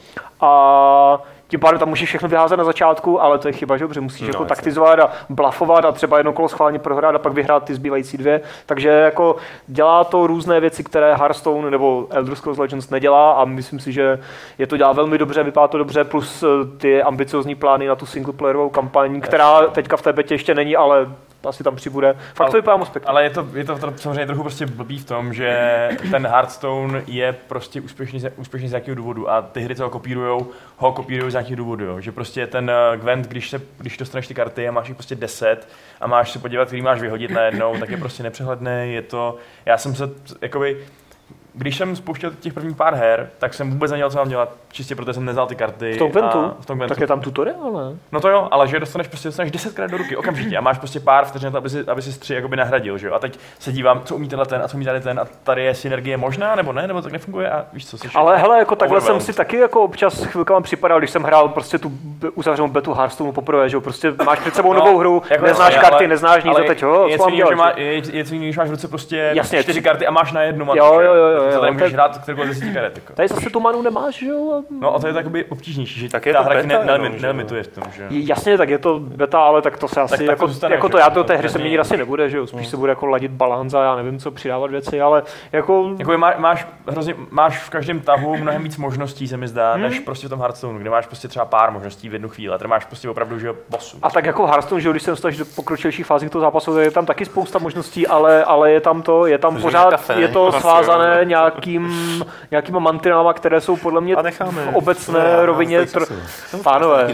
Speaker 3: a tím pádem tam můžeš všechno vyházet na začátku, ale to je chyba, že? Protože musíš no, jako taktizovat a blafovat a třeba jedno kolo schválně prohrát a pak vyhrát ty zbývající dvě. Takže jako dělá to různé věci, které Hearthstone nebo Elder Scrolls Legends nedělá a myslím si, že je to dělá velmi dobře, vypadá to dobře, plus ty ambiciozní plány na tu singleplayerovou kampaň, která teďka v té betě ještě není, ale asi tam přibude. Fakt ale, to vypadá moc pěkně.
Speaker 4: Ale je to, je to samozřejmě trochu prostě blbý v tom, že ten Hearthstone je prostě úspěšný, úspěšný z nějakého důvodu a ty hry, co ho kopírujou, ho kopírují z nějakého důvodu. Jo. Že prostě ten Gwent, když, se, když dostaneš ty karty a máš jich prostě deset a máš se podívat, který máš vyhodit najednou, tak je prostě nepřehledný. Je to, já jsem se, jakoby, když jsem spouštěl těch prvních pár her, tak jsem vůbec nevěděl, co mám dělat, čistě protože jsem neznal ty karty.
Speaker 3: V tom Gwentu?
Speaker 4: V tom Gwentu.
Speaker 3: Tak je tam tutoriál, ne?
Speaker 4: No to jo, ale že dostaneš prostě dostaneš desetkrát do ruky okamžitě a máš prostě pár vteřin, aby si, aby si tři jakoby nahradil, že jo? A teď se dívám, co umí tenhle ten a co umí tady ten a tady je synergie možná nebo ne, nebo tak nefunguje a víš co, seš.
Speaker 3: Ale hele, jako takhle jsem si taky jako občas chvilkama připadal, když jsem hrál prostě tu uzavřenou betu Hearthstoneu poprvé, že jo? Prostě máš před sebou
Speaker 4: no,
Speaker 3: novou hru, jako neznáš
Speaker 4: ale,
Speaker 3: karty, neznáš nic a teď ho,
Speaker 4: je co dělat, má, je, je co když máš v ruce prostě
Speaker 3: jasně,
Speaker 4: čtyři karty a máš na jednu matu.
Speaker 3: Jo, jo, jo, jo, jo,
Speaker 4: můžeš hrát kterou z těch karet. Jako.
Speaker 3: Tady zase tu manu nemáš, že jo?
Speaker 4: No a to je takoby obtížnější, že
Speaker 2: tak je
Speaker 4: ta
Speaker 2: to
Speaker 4: hra
Speaker 2: beta,
Speaker 4: ne,
Speaker 2: ne,
Speaker 4: nelimituje v tom, že?
Speaker 3: Jasně, tak je to beta, ale tak to se asi,
Speaker 4: tak,
Speaker 3: jako,
Speaker 4: tak to,
Speaker 3: jako to, já do té hry se měnit asi nebude, že jo? Spíš
Speaker 4: no.
Speaker 3: se bude jako ladit balans a já nevím, co přidávat věci, ale jako...
Speaker 4: Jako má, máš, hrozně, máš v každém tahu mnohem víc možností, se mi zdá, hmm. než prostě v tom Hearthstoneu, kde máš prostě třeba pár možností v jednu chvíli, a tady máš prostě opravdu, že bossu.
Speaker 3: A tak jako Hearthstone, že jo, když jsem dostal do pokročilejší fázi toho zápasu, je tam taky spousta možností, ale, ale je tam to, je tam
Speaker 1: Že
Speaker 3: pořád,
Speaker 1: kafe,
Speaker 3: je to
Speaker 1: kafe,
Speaker 3: svázané
Speaker 1: jo.
Speaker 3: nějakým, nějakýma mantinama, které jsou podle mě v obecné
Speaker 1: no,
Speaker 3: rovině, tro... pánové,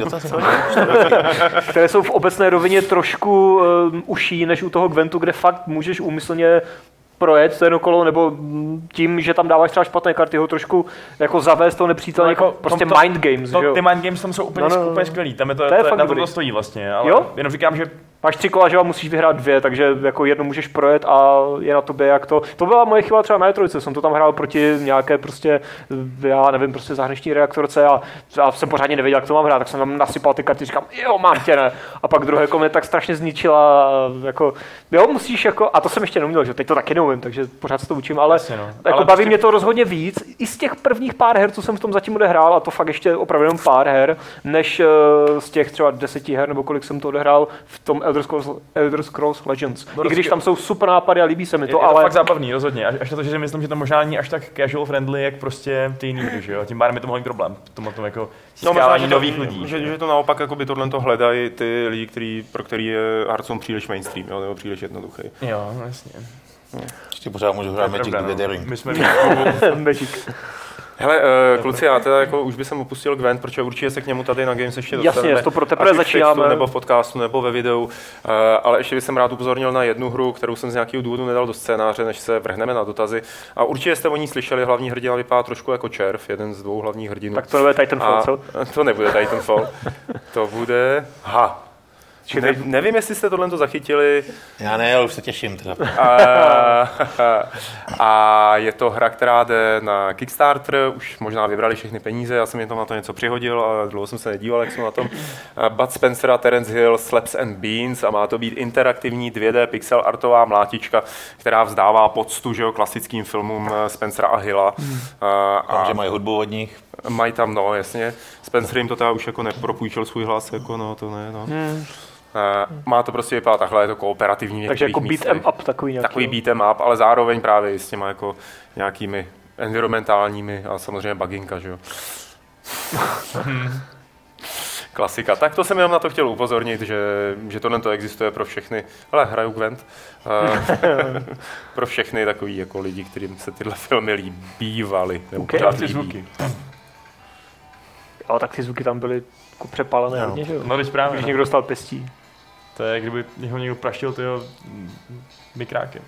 Speaker 3: které jsou v obecné rovině trošku um, uší než u toho Gwentu, kde fakt můžeš úmyslně projet to jedno kolo, nebo tím, že tam dáváš třeba špatné karty, ho trošku jako zavést toho nepřítele, no, jako prostě to, mind games,
Speaker 4: to,
Speaker 3: že jo?
Speaker 4: Ty mind games tam jsou úplně, no, no, úplně skvělý, tam je to,
Speaker 3: to, je
Speaker 4: to,
Speaker 3: na
Speaker 4: to, to stojí vlastně, ale
Speaker 3: jo?
Speaker 4: Jenom říkám, že
Speaker 3: máš tři kola, že musíš vyhrát dvě, takže jako jedno můžeš projet a je na tobě jak to. To byla moje chyba třeba na trojce, jsem to tam hrál proti nějaké prostě, já nevím, prostě zahraniční reaktorce a, a jsem pořádně nevěděl, jak to mám hrát, tak jsem tam nasypal ty karty, říkám, jo, mám tě, ne. A pak druhé kolo mě tak strašně zničila, jako, jo, musíš jako, a to jsem ještě neuměl, že teď to taky neumím, takže pořád se to učím, ale, Jasně, no. jako ale baví prostě... mě to rozhodně víc, i z těch prvních pár her, co jsem v tom zatím odehrál, a to fakt ještě opravdu jenom pár her, než uh, z těch třeba deseti her, nebo kolik jsem to odehrál v tom Elder Scrolls, Elder Scrolls Legends. No, I když tam jsou super nápady a líbí se mi to,
Speaker 4: je,
Speaker 3: ale...
Speaker 4: Je to fakt zábavný, rozhodně. Až, až na to, že myslím, že to možná není až tak casual friendly, jak prostě ty jiný hry, že jo? Tím pádem je to mohli problém. V tom, tom jako získávání no, nových lidí.
Speaker 2: Že, že to naopak jakoby tohle to hledají ty lidi, který, pro který je Hearthstone příliš mainstream, jo? Nebo příliš jednoduchý.
Speaker 4: Jo, jasně.
Speaker 1: Ještě pořád můžu hrát Magic the Gathering.
Speaker 4: My jsme
Speaker 3: Magic.
Speaker 2: Hele, uh, kluci, já teda jako už bych jsem opustil Gwent, protože určitě se k němu tady na Games ještě dostaneme.
Speaker 3: Jasně, to pro teprve začínáme.
Speaker 2: Nebo v podcastu, nebo ve videu, uh, ale ještě bych jsem rád upozornil na jednu hru, kterou jsem z nějakého důvodu nedal do scénáře, než se vrhneme na dotazy. A určitě jste o ní slyšeli, hlavní hrdina vypadá trošku jako červ, jeden z dvou hlavních hrdinů.
Speaker 3: Tak to nebude Titanfall, co?
Speaker 2: To nebude Titanfall, to bude... Ha. Ne, nevím, jestli jste tohle to zachytili.
Speaker 1: Já ne, ale už se těším teda.
Speaker 2: A, a je to hra, která jde na Kickstarter, už možná vybrali všechny peníze, já jsem jen tam na to něco přihodil a dlouho jsem se nedíval, jak jsou na tom. Bud Spencer a Terence Hill, Slaps and Beans, a má to být interaktivní dvě dé pixel artová mlátička, která vzdává poctu, že jo, klasickým filmům Spencera a Hilla.
Speaker 1: Hmm. A, a že mají hudbu od nich.
Speaker 2: Mají tam, no, jasně. Spencer jim to teda už jako nepropůjčil svůj hlas, jako no, to ne, no. Hmm. Uh, má to prostě vypadat takhle, je to kooperativní.
Speaker 3: Takže jako beat em up takový nějaký.
Speaker 2: Takový beat em up, ale zároveň právě s těma jako nějakými environmentálními a samozřejmě buginka, že jo. Klasika. Tak to jsem jenom na to chtěl upozornit, že, že tohle to existuje pro všechny. Ale hraju Gwent. Uh, pro všechny takový jako lidi, kterým se tyhle filmy líbívaly.
Speaker 3: Okay.
Speaker 4: Ty zvuky.
Speaker 3: Jo, tak ty zvuky tam byly jako přepálené
Speaker 1: No.
Speaker 3: hodně, že jo?
Speaker 4: No, teď právě.
Speaker 3: Když
Speaker 4: No.
Speaker 3: někdo dostal pěstí.
Speaker 4: To je, kdyby ho někdo praštil tyho mikrákem.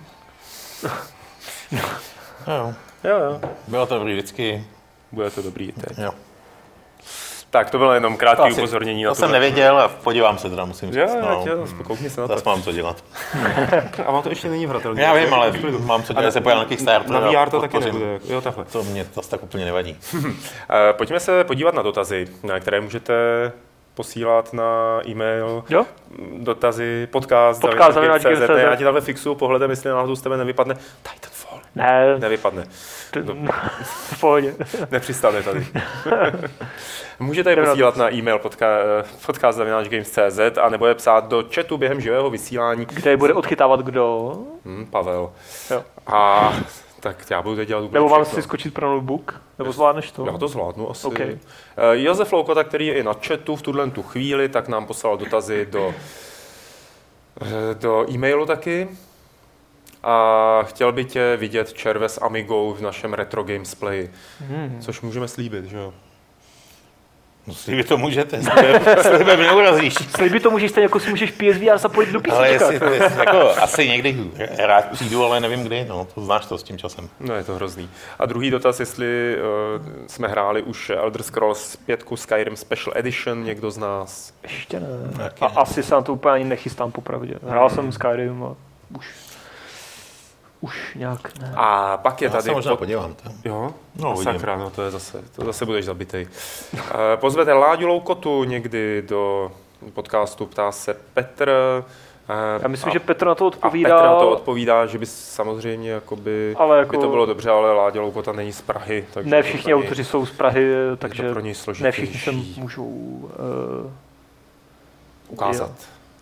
Speaker 1: Jo.
Speaker 2: Jo, jo.
Speaker 1: Bylo to dobrý vždycky.
Speaker 2: Bude to dobrý teď.
Speaker 1: Jo.
Speaker 2: Tak to bylo jenom
Speaker 1: To,
Speaker 2: krátké
Speaker 1: asi,
Speaker 2: upozornění na
Speaker 1: to
Speaker 2: to.
Speaker 1: jsem nevěděl a podívám se teda, musím
Speaker 2: Jo,
Speaker 1: říct.
Speaker 2: jo,
Speaker 1: No.
Speaker 2: jo, koukni se na to.
Speaker 1: Zas mám co dělat.
Speaker 2: A vám to ještě není hratelné.
Speaker 1: Já vím, ale mám co dělat, se pojel na Kickstarter.
Speaker 2: Na V R to
Speaker 1: a
Speaker 2: taky
Speaker 1: podpořím.
Speaker 2: nebude. Jo, takhle.
Speaker 1: To mě to tak úplně nevadí.
Speaker 2: Eh, Pojďme se podívat na dotazy, na které můžete posílat na e-mail
Speaker 3: Jo?
Speaker 2: dotazy, podcast,
Speaker 3: Podcast,
Speaker 2: zavináč
Speaker 3: zavináč
Speaker 2: Games tečka cé zet.
Speaker 3: Games tečka cé zet.
Speaker 2: Já ti takhle fixuju pohledem, jestli náhodou z tebe nevypadne Titanfall.
Speaker 3: Ne,
Speaker 2: Nevypadne.
Speaker 3: t- v pohodě.
Speaker 2: Nepřistane tady. Můžete je posílat na e-mail podca- podcast zavináč games tečka cé zet a nebo je psát do chatu během živého vysílání.
Speaker 3: Kde je bude odchytávat kdo?
Speaker 2: Hm, Pavel.
Speaker 3: Jo.
Speaker 2: A tak já budu teď dělat úplně
Speaker 3: Nebo mám
Speaker 2: všechno.
Speaker 3: si skočit pro notebook? Nebo zvládneš to?
Speaker 2: Já to zvládnu asi.
Speaker 3: OK.
Speaker 2: Eh, Josef Loukota, který je i na chatu v tuhle tu chvíli, tak nám poslal dotazy do, eh, do e-mailu taky. A chtěl by tě vidět červe s Amigou v našem Retro Games Play,
Speaker 3: Hmm.
Speaker 2: což můžeme slíbit, že jo?
Speaker 1: No, vy to můžete, slibem neurazíš.
Speaker 3: Slíbit to můžeš, stejně jako si můžeš P S V R zapojit do
Speaker 1: Ale
Speaker 3: písnička.
Speaker 1: jestli, jestli jako, asi někdy rád přijdu, ale nevím kdy, no, to znáš to s tím časem.
Speaker 2: No je to hrozný. A druhý dotaz, jestli uh, jsme hráli už Elder Scrolls pět Skyrim Special Edition, někdo z nás.
Speaker 3: Ještě ne.
Speaker 1: Taky
Speaker 3: A
Speaker 1: ne.
Speaker 3: asi se na to úplně ani nechystám popravdě. Hrál jsem Skyrim a už, už nějak ne.
Speaker 2: A pak je
Speaker 1: Já
Speaker 2: tady...
Speaker 1: se možná
Speaker 2: pod-
Speaker 1: podívám. To.
Speaker 2: Jo?
Speaker 1: No,
Speaker 2: No,
Speaker 1: uvidím.
Speaker 2: sakra, no to je zase, to zase budeš zabitej. Uh, pozvete Láďu Loukotu někdy do podcastu, ptá se Petr. Uh,
Speaker 3: Já myslím,
Speaker 2: a,
Speaker 3: že Petr na to
Speaker 2: a
Speaker 3: odpovídá.
Speaker 2: Petr na to odpovídá, že by samozřejmě jakoby,
Speaker 3: Ale jako-
Speaker 2: by to bylo dobře, ale Láďa Loukota není z Prahy. Takže
Speaker 3: Ne
Speaker 2: to
Speaker 3: všichni
Speaker 2: tady-
Speaker 3: autoři jsou z Prahy, takže
Speaker 2: pro něj složitější.
Speaker 3: ne všichni se můžou uh,
Speaker 2: ukázat.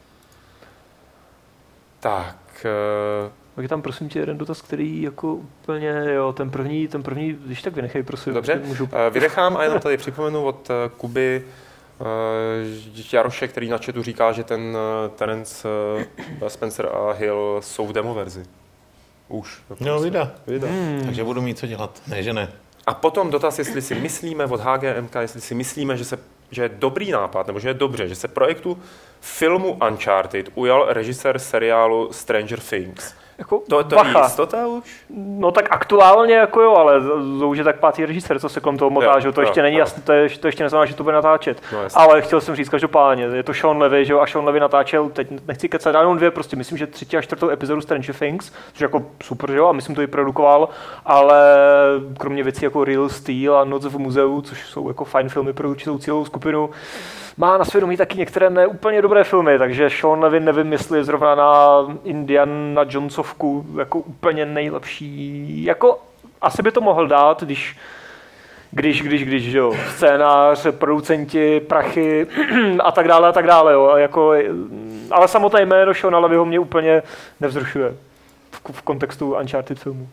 Speaker 2: Tak, uh,
Speaker 3: Tak je tam prosím tě jeden dotaz, který jako úplně, jo, ten první, ten první, když tak vynechej, prosím.
Speaker 2: dobře.
Speaker 3: Můžu...
Speaker 2: Eh, Vynechám a jenom tady připomenu od eh, Kuby eh, Jaroše, který na chatu říká, že ten eh, Terence eh, Spencer a Hill jsou v demo verzi. Už.
Speaker 1: No, vida.
Speaker 2: Vida.
Speaker 3: Hmm.
Speaker 1: Takže budu mít co dělat. Ne, že ne.
Speaker 2: A potom dotaz, jestli si myslíme od H G M K, jestli si myslíme, že, se, že je dobrý nápad, nebo že je dobře, že se projektu filmu Uncharted ujal režisér seriálu Stranger Things.
Speaker 3: Jako,
Speaker 2: To, to je
Speaker 3: bacha.
Speaker 2: jistota už?
Speaker 3: No tak aktuálně jako jo, ale to už je tak pátý režisér, co se kolem toho motá,
Speaker 2: Jo,
Speaker 3: že jo, to
Speaker 2: jo,
Speaker 3: ještě není
Speaker 2: jo.
Speaker 3: jasné, to, je, to ještě neznamená, že to bude natáčet.
Speaker 2: No, jasně.
Speaker 3: Ale chtěl jsem říct každopádně, je to Sean Levy, že jo, a Sean Levy natáčel, teď nechci kecat, já jenom dvě, prostě myslím, že třetí a čtvrtou epizodu Stranger Things, což je jako super, že jo, a myslím to i produkoval, ale kromě věcí jako Real Steel a Noc v muzeu, což jsou jako fajn filmy pro určitou cílovou skupinu, má na svědomí taky některé neúplně dobré filmy, takže Sean Levy nevím, jestli je zrovna na Indiana Jonesovku jako úplně nejlepší. Jako asi by to mohl dát, když když, když, když, že jo, scénář, producenti, prachy a tak dále a tak dále, jo, a jako, ale samotné jméno Seana Levyho mě úplně nevzrušuje v, v kontextu Uncharted filmu.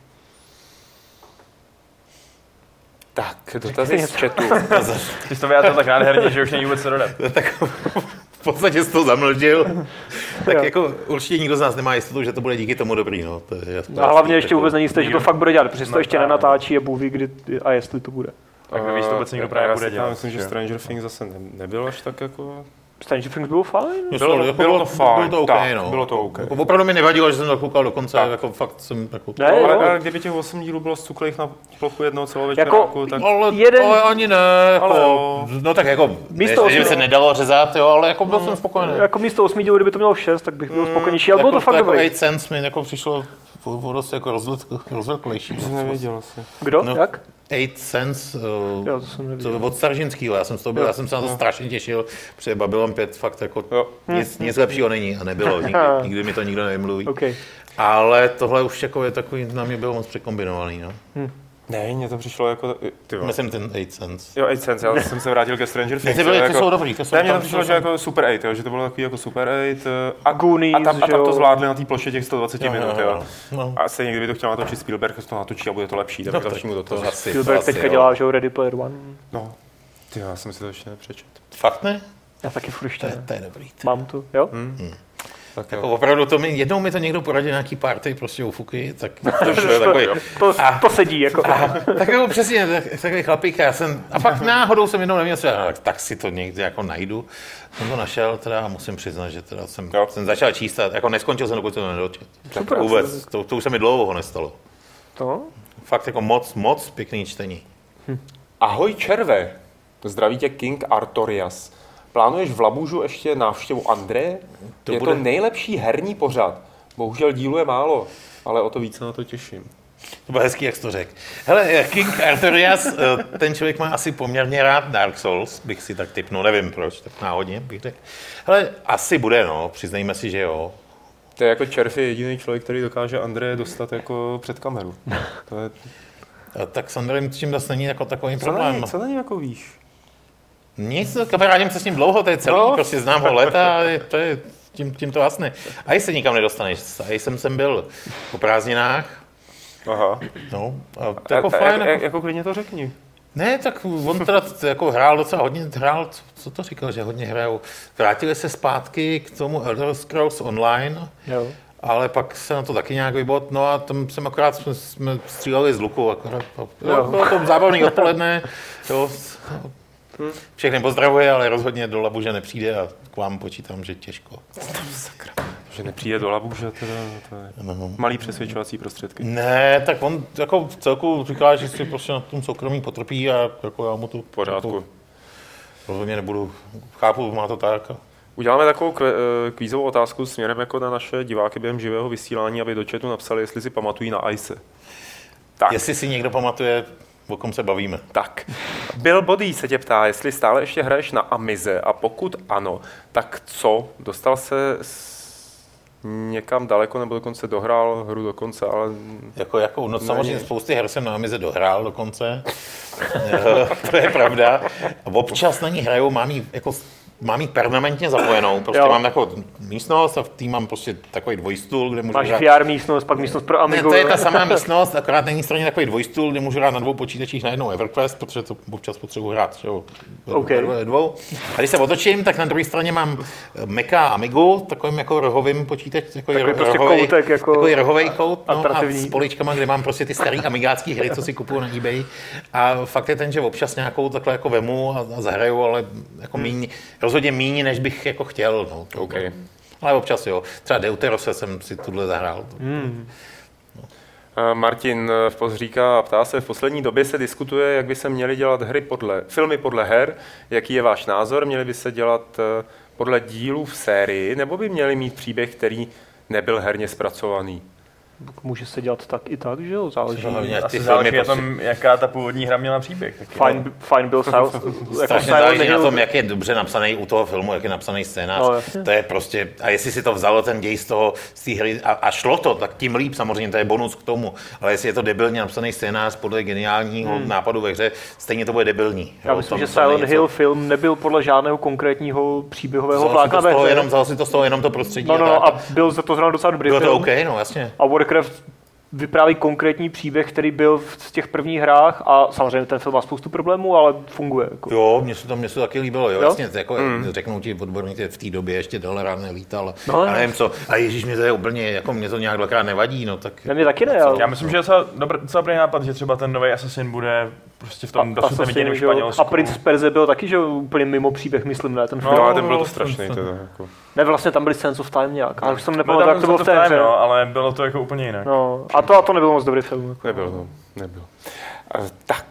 Speaker 2: Tak, dotazy z chatu.
Speaker 4: Ty jsi to vyjádřil tak nádherně, že už není vůbec co dodat.
Speaker 1: Tak v podstatě jsi to zamlžil. Tak
Speaker 3: Jo.
Speaker 1: jako určitě nikdo z nás nemá jistotu, že to bude díky tomu dobrý. No. To je, to
Speaker 3: A
Speaker 1: je
Speaker 3: hlavně
Speaker 1: asi
Speaker 3: ještě
Speaker 1: jako-
Speaker 3: vůbec není jisté, že to fakt bude dělat, protože se to
Speaker 4: No
Speaker 3: ještě
Speaker 4: právě.
Speaker 3: nenatáčí a Bůh ví, kdy a jestli to bude.
Speaker 4: Tak nevíš, to vůbec nikdo
Speaker 2: Eh,
Speaker 4: právě
Speaker 2: já
Speaker 4: bude
Speaker 2: si
Speaker 4: dělat.
Speaker 2: myslím, že
Speaker 4: že?
Speaker 2: Stranger Things zase ne, nebyl až tak jako...
Speaker 3: Stranger Things bylo fajn.
Speaker 1: Bylo,
Speaker 2: Bylo- bylo to fajn,
Speaker 1: Bylo to OK,
Speaker 2: tak,
Speaker 1: no.
Speaker 2: bylo to OK.
Speaker 1: Jako opravdu mi nevadilo, že jsem to koukal do konce,
Speaker 2: Tak.
Speaker 1: jako fakt jsem jako...
Speaker 3: Ne,
Speaker 2: No, ale,
Speaker 3: jo.
Speaker 2: ale kdyby těch osm dílů bylo zcuklých na plochu jednoho celovečeráku,
Speaker 3: Jako-
Speaker 2: tak...
Speaker 1: Ale,
Speaker 3: Jeden-
Speaker 1: ale ani ne, jako,
Speaker 2: Ale jo.
Speaker 1: no tak jako,
Speaker 3: Místo
Speaker 1: ne, že by
Speaker 3: osmi-
Speaker 1: se nedalo řezat, jo, ale jako byl jsem spokojený.
Speaker 3: Jako místo osmi dílů, kdyby to mělo šest, tak bych byl spokojenější, ale bylo to fakt
Speaker 1: jako
Speaker 3: dobrý.
Speaker 1: osm cents mi jako přišlo o, o dost jako rozvlek- rozvleklejší.
Speaker 2: jsem nevěděl asi.
Speaker 3: Kdo?
Speaker 1: No.
Speaker 3: Jak?
Speaker 1: osm cents, uh,
Speaker 3: Jo, to jsem neviděl.
Speaker 1: to od Staržinskýho, já jsem, z toho byl,
Speaker 3: Jo.
Speaker 1: já jsem se na to strašně těšil, protože Babylon pět fakt jako
Speaker 2: Jo.
Speaker 1: nic, nic lepšího není a nebylo, nikdy, nikdy mi to nikdo nevymluví.
Speaker 3: OK.
Speaker 1: Ale tohle už jako je takový, na mě bylo moc překombinovaný, no.
Speaker 2: Ne, mně to přišlo jako... Ty vole.
Speaker 1: Myslím ten osm cents.
Speaker 2: Jo, osm cents, já jsem se vrátil ke Stranger Things.
Speaker 1: ty byly-
Speaker 2: jo,
Speaker 1: ty jsou dobrý, ty jsou
Speaker 2: Ne, mně to
Speaker 1: tam-
Speaker 2: přišlo,
Speaker 1: jsou
Speaker 2: že
Speaker 1: tam-
Speaker 2: jako Super osm, jo, že to bylo takový jako Super osm. A,
Speaker 3: Goonies,
Speaker 2: a, tam, a
Speaker 3: že
Speaker 2: tam
Speaker 3: jo.
Speaker 2: to zvládli na té ploše těch sto dvacet
Speaker 1: Jo,
Speaker 2: minut,
Speaker 1: jo,
Speaker 2: jo.
Speaker 1: jo. No.
Speaker 2: A se někdy by to chtěl natočit Spielberg, to natočí a bude to lepší, tak
Speaker 1: No,
Speaker 2: to dalšímu do toho.
Speaker 1: to asi,
Speaker 3: Spielberg
Speaker 1: to asi,
Speaker 3: teďka
Speaker 1: jo.
Speaker 3: dělá, že jo, Ready Player One.
Speaker 2: No, ty, já jsem si to ještě nepřečet.
Speaker 1: Fakt ne?
Speaker 3: Já taky furt ještě
Speaker 1: To je,
Speaker 3: ne.
Speaker 1: to je dobrý. To.
Speaker 3: Mám to, jo?
Speaker 2: Hmm.
Speaker 1: Tak jako opravdu to mi, jednou mi to někdo poradil nějaký party, prostě ufuky, tak to
Speaker 3: to,
Speaker 1: takový.
Speaker 3: To, a, to sedí jako.
Speaker 1: A, tak jako přesně, tak, takový chlapík, já jsem, a pak náhodou jsem jednou neměl, tak, tak si to někdy jako najdu. Jsem to našel teda a musím přiznat, že teda jsem, jsem začal číst a jako neskončil jsem, dokud to nedočet.
Speaker 3: Super.
Speaker 1: Vůbec, to, to už se mi dlouho nestalo.
Speaker 3: To?
Speaker 1: Fakt jako moc, moc pěkný čtení.
Speaker 2: Hm. Ahoj červe, zdraví tě King Artorias. Plánuješ v Labužu ještě návštěvu Andreje? To je bude... to nejlepší herní pořad. Bohužel dílu je málo, ale o to víc na to těším.
Speaker 1: To bylo hezký, jak jsi to řekl. Hele, King Artorias, ten člověk má asi poměrně rád Dark Souls, bych si tak tipnul, nevím proč, tak náhodně bych řekl. Hele, asi bude, no, přiznejme si, že jo.
Speaker 2: To je jako červ je jediný člověk, který dokáže Andreje dostat jako před kameru. To je...
Speaker 1: A tak s Andrejem tím zase není jako takový
Speaker 2: co
Speaker 1: problém.
Speaker 2: Není, co není jako víš?
Speaker 1: Nic, kamarádím se s ním dlouho, to je celý, no. Prostě znám ho leta a je, to je tím, tím to jasné. A se nikam nedostaneš. A jsem sem byl po prázdninách.
Speaker 2: Aha.
Speaker 1: No, a to jako
Speaker 2: a,
Speaker 1: fajn.
Speaker 2: A, jako, jako klidně to řekni.
Speaker 1: Ne, tak on teda jako hrál docela hodně, hrál, co, co to říkal, že hodně hrajou. Vrátili se zpátky k tomu Elder Scrolls Online,
Speaker 3: jo. Ale
Speaker 1: pak se na to taky nějak vybot, no a tam jsem akorát, jsme, jsme stříleli z luku, akorát, jo, bylo to zábavný odpoledne, jo, všechny pozdravuje, ale rozhodně do Labuže nepřijde a k vám počítám, že těžko.
Speaker 2: Sakra. Že nepřijde do Labuže, teda, to je no. Malý přesvědčovací prostředky.
Speaker 1: Ne, tak on jako v celku říká, že si prostě na tom soukromí potrpí a jako já mu tu
Speaker 2: pořádku.
Speaker 1: Jako, rozhodně nebudu, chápu, má to tak. A...
Speaker 2: Uděláme takovou kvízovou otázku směrem jako na naše diváky během živého vysílání, aby do chatu napsali, jestli si pamatují na Ice.
Speaker 1: Tak. Jestli si někdo pamatuje, o kom se bavíme.
Speaker 2: Tak. Bill Body se tě ptá, jestli stále ještě hraješ na Amize a pokud ano, tak co? Dostal se s... někam daleko nebo dokonce dohrál hru dokonce, ale...
Speaker 1: Jako, jako, no samozřejmě spousty her jsem na Amize dohrál dokonce. To je pravda. Občas na ní hrajou, mám jí jako... Mám ji permanentně zapojenou, prostě jo. Mám jako místnost a v tým mám prostě takový dvojstůl, kde můžu
Speaker 3: Máš
Speaker 1: hrát...
Speaker 3: V R místnost, pak místnost pro Amigu.
Speaker 1: Ne, to je ta samá místnost, akorát není straně takový dvojstůl, kde můžu hrát na dvou počítačích na jednou EverQuest, protože to občas potřebuji hrát, jo,
Speaker 3: okay.
Speaker 1: dvou. A když se otočím, tak na druhé straně mám Maca a Amigu, takovým jako rohovým počítač, takový,
Speaker 3: takový prostě
Speaker 1: rohový,
Speaker 3: koutek, jako
Speaker 1: takový rohový kout, no, a
Speaker 3: s
Speaker 1: poličkama, kde mám prostě ty starý amigácký hry, co si kupuju na eBay. A fakt je ten, že občas nějakou takhle jako vemu a, a zahraju, ale jako hmm. míň, rozhodně míň, než bych jako chtěl, no.
Speaker 2: Okay.
Speaker 1: Ale občas jo. Třeba Deuterose jsem si tuhle zahrál.
Speaker 2: Hmm. No. Martin v post říká, ptá se, v poslední době se diskutuje, jak by se měly dělat hry podle, filmy podle her. Jaký je váš názor? Měly by se dělat podle dílů v sérii, nebo by měly mít příběh, který nebyl herně zpracovaný?
Speaker 3: Může se dělat tak i tak, že jo? Záleží.
Speaker 4: Asi záleží na tom, jaká ta původní hra měla příběh.
Speaker 3: Fine, fine byl South.
Speaker 1: Strašně záleží na tom, jak je dobře napsaný u toho filmu, jak je napsaný scénář. No, to je prostě, a jestli si to vzalo ten děj z toho, z té hry a, a šlo to, tak tím líp samozřejmě, to je bonus k tomu. Ale jestli je to debilně napsaný scénář podle geniálního hmm. nápadu ve hře, stejně to bude debilní.
Speaker 3: Já jo, myslím, že Silent něco... Hill film nebyl podle žádného konkrétního příběhového vlákna ve hře.
Speaker 1: Vzal si to z toho jenom to prostředí.
Speaker 3: No, no, no, a byl za to zrovna docela dobrý
Speaker 1: film.
Speaker 3: Bylo
Speaker 1: to OK, no jasně.
Speaker 3: A Warcraft vypráví konkrétní příběh, který byl v těch prvních hrách a samozřejmě ten film má spoustu problémů, ale funguje. Jako.
Speaker 1: Jo, mně se to, mně se to taky líbilo, jo, jo? Jasně, jako, mm. řeknou ti odborníci, v té době ještě Dalaran nelítal, no, a nevím co, a ježíš, mě to je úplně, jako mě to nějak dvakrát nevadí, no tak...
Speaker 3: Ne, mě taky ne, ale...
Speaker 4: Já myslím, že je docela dobrý nápad, že třeba ten nový Assassin bude prostě v tom dosud neviděném Španělsku.
Speaker 3: A Prince z Perze byl taky, že úplně mimo příběh, myslím, ne, ten film.
Speaker 2: No, ale ten byl to strašný, teda, jako...
Speaker 3: Ne, vlastně tam byly Sense of Time nějak, ale už jsem nepamatoval, jak to bylo v té hře.
Speaker 4: No, ale bylo to jako úplně jinak.
Speaker 3: No, a to, a to nebylo moc dobrý film.
Speaker 2: Nebyl, no, nebyl. Uh, tak.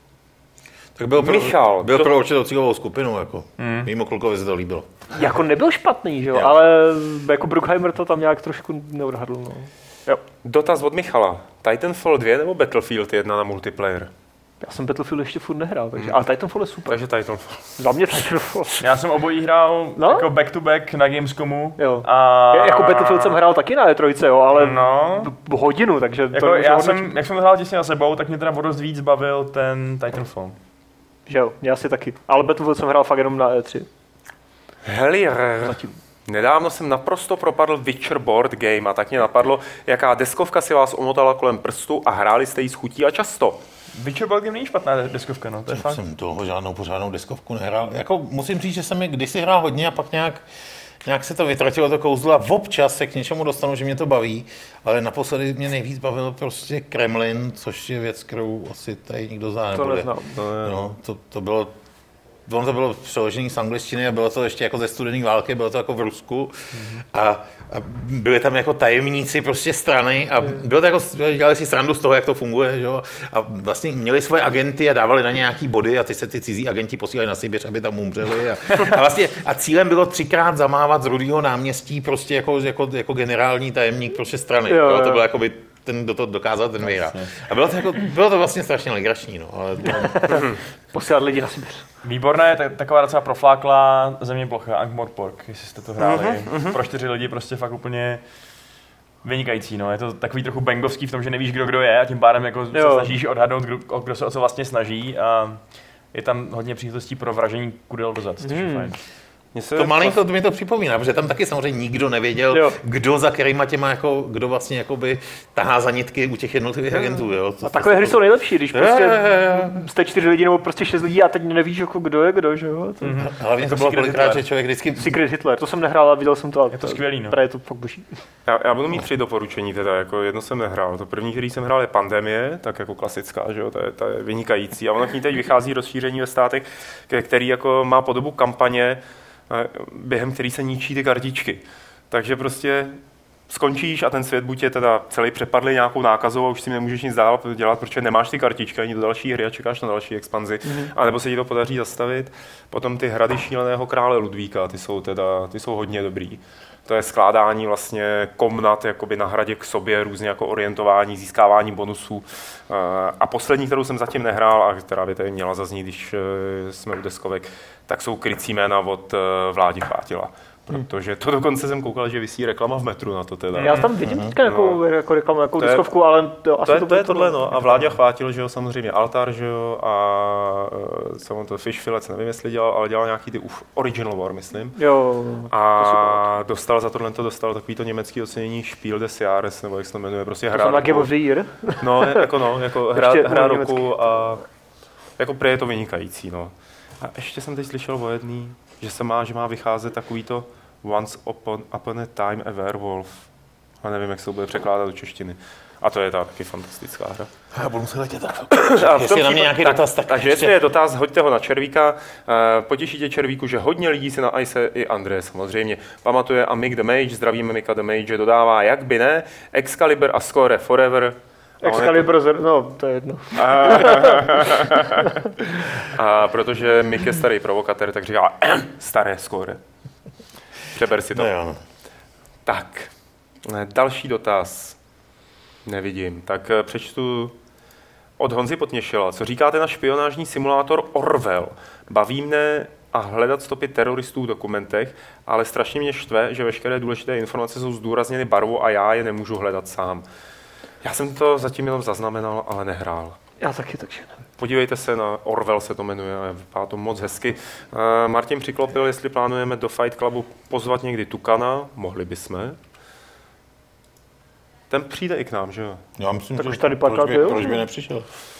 Speaker 1: Tak byl pro,
Speaker 2: Michal.
Speaker 1: Byl to... pro určitou cílovou skupinu, jako. Mm. Mimo klukovi se to líbilo.
Speaker 3: Jako nebyl špatný, že jo, jo. Ale jako Bruckheimer to tam nějak trošku neodhadl, no. Jo.
Speaker 2: Dotaz od Michala. Titanfall dva nebo Battlefield jedna na multiplayer?
Speaker 3: Já jsem Battlefield ještě furt nehrál, takže, ale Titanfall je super.
Speaker 2: Takže Titanfall.
Speaker 3: Za mě Titanfall.
Speaker 4: Já jsem obojí hrál no? jako back to back na Gamescomu.
Speaker 3: Jo. A... Jako Battlefield jsem hrál taky na E tři, jo, ale
Speaker 4: no.
Speaker 3: hodinu, takže
Speaker 4: jako to já jsem, jak jsem to hrál těsně za sebou, tak mě teda o dost víc bavil ten Titanfall.
Speaker 3: Že jo, já si taky. Ale Battlefield jsem hrál fakt jenom na E tři.
Speaker 2: Helier. Nedávno jsem naprosto propadl Witcher board game a tak mě napadlo, jaká deskovka si vás omotala kolem prstu a hráli jste jí s chutí a často.
Speaker 4: Witcher board game není špatná deskovka, no. To je fakt.
Speaker 1: Jsem toho žádnou pořádnou deskovku nehrál. Jako musím říct, že jsem je kdysi hrál hodně a pak nějak Nějak se to vytratilo, to kouzlo a občas se k něčemu dostanu, že mě to baví, ale naposledy mě nejvíc bavil prostě Kremlin, což je věc, kterou asi tady nikdo zná nebude.
Speaker 3: To neznám.
Speaker 1: No, to, to bylo, ono to bylo přeložené z angličtiny a bylo to ještě jako ze studené války, bylo to jako v Rusku mm-hmm. a, a byli tam jako tajemníci prostě strany a bylo to jako, dělali si srandu z toho, jak to funguje, že? A vlastně měli svoje agenty a dávali na ně nějaký body a ty se ty cizí agenti posílali na Sibiř, aby tam umřeli a, a vlastně a cílem bylo třikrát zamávat z Rudýho náměstí prostě jako, jako, jako generální tajemník prostě strany. Jo, jo. To bylo jako by ten, kdo to dokázal, ten vyhrál. A bylo to, jako, bylo to vlastně strašně legrační, no, ale
Speaker 3: posílat lidi na Sibiř.
Speaker 4: Výborné, je taková docela profláklá země plocha, Ankh-Morpork, jestli jste to hráli. Uh-huh. Pro čtyři lidi prostě fakt úplně vynikající, no. Je to takový trochu bangovský v tom, že nevíš, kdo kdo je a tím pádem jako se snažíš odhadnout, kdo, kdo se o co vlastně snaží a je tam hodně příležitostí pro vražení kudel dozad, což je fajn.
Speaker 1: To malinko to mi to připomíná, protože tam taky samozřejmě nikdo nevěděl, jo. kdo za kterýma těma, jako, kdo vlastně jakoby tahá za nitky u těch jednotlivých jo. agentů. Jo.
Speaker 3: A takové hry jsou nejlepší, když prostě je, je, je. jste čtyři lidi nebo prostě šest lidí a teď nevíš, jako, kdo je kdo, že jo? To...
Speaker 1: Mm-hmm. Hlavně to bylo kolikrát, že člověk vždycky...
Speaker 3: Secret Hitler, to jsem nehrál a viděl jsem to. A
Speaker 4: je to skvělý, no.
Speaker 3: Je to fakt boží.
Speaker 2: Já, já budu mít tři doporučení teda, jako jedno jsem nehrál. To první, který jsem hrál, je Pandemie, tak jako klasická, že jo, ta je, ta je vynikající. A ono k ní teď vychází rozšíření ve státech, který jako má podobu kampaně, během který se ničí ty kartičky. Takže prostě skončíš a ten svět buď je teda celý přepadlý nějakou nákazou a už si nemůžeš nic dál dělat, protože nemáš ty kartičky ani do další hry a čekáš na další expanzi, mm-hmm. anebo se ti to podaří zastavit. Potom ty hrady šíleného krále Ludvíka, ty jsou teda, ty jsou hodně dobrý. To je skládání vlastně komnat jakoby na hradě k sobě, různě jako orientování, získávání bonusů. A poslední, kterou jsem zatím nehrál a která by tady měla zaznít, když jsme u deskovek, tak jsou krycí jména od Vládi Chvátila. Protože to dokonce jsem koukal, že visí reklama v metru na to teda.
Speaker 3: Já tam vidím teďka nějakou no. jako reklamu, nějakou to diskovku, je, ale to, asi
Speaker 2: to, je,
Speaker 3: to,
Speaker 2: to je tohle, no. A Vláďa Chvátil, že jo, samozřejmě Altar, že jo, a uh, to Fish Fillets, nevím, jestli dělal, ale dělal nějaký ty už Original War, myslím.
Speaker 3: Jo.
Speaker 2: A dostal za tohle to dostal takový to německý ocenění Spiel des Jahres, nebo jak se to jmenuje, prostě hra.
Speaker 3: To Game of the Year.
Speaker 2: No, jako no, jako hra, hra roku a jako prý je to vynikající, no. A ještě jsem teď slyšel o jedný, že se má, že má vycházet takový to Once upon, upon a time a werewolf. A nevím, jak se to bude překládat do češtiny. A to je ta taky fantastická hra.
Speaker 1: Já budu muset letět. Jestli na mě nějaký tak, dotaz, tak
Speaker 2: takže jestli je dotaz, hoďte ho na Červíka. Potěší tě, Červíku, že hodně lidí si na Ice i André samozřejmě pamatuje a Mick the Mage, zdravíme Micka the Mage, dodává, jak by ne, Excalibur a Score Forever.
Speaker 3: Excalibur, jako... no, to je jedno.
Speaker 2: A, a protože Mick je starý provokatér, tak říká staré Score. Přeber si to.
Speaker 1: No,
Speaker 2: tak, další dotaz. Nevidím. Tak přečtu od Honzy Potněšila. Co říkáte na špionážní simulátor Orwell? Baví mne a hledat stopy teroristů v dokumentech, ale strašně mě štve, že veškeré důležité informace jsou zdůrazněny barvou a já je nemůžu hledat sám. Já jsem to zatím jenom zaznamenal, ale nehrál.
Speaker 3: Já taky, takže ne.
Speaker 2: Podívejte se na Orwell, se to jmenuje a vypadá to moc hezky. Uh, Martin přiklopil, jestli plánujeme do Fight Clubu pozvat někdy Tukana, mohli bychom. Ten přijde i k nám, že jo?
Speaker 1: Já myslím,
Speaker 3: tak
Speaker 1: že
Speaker 3: už tady
Speaker 1: proč,
Speaker 3: proč,
Speaker 1: by, proč by nepřišel?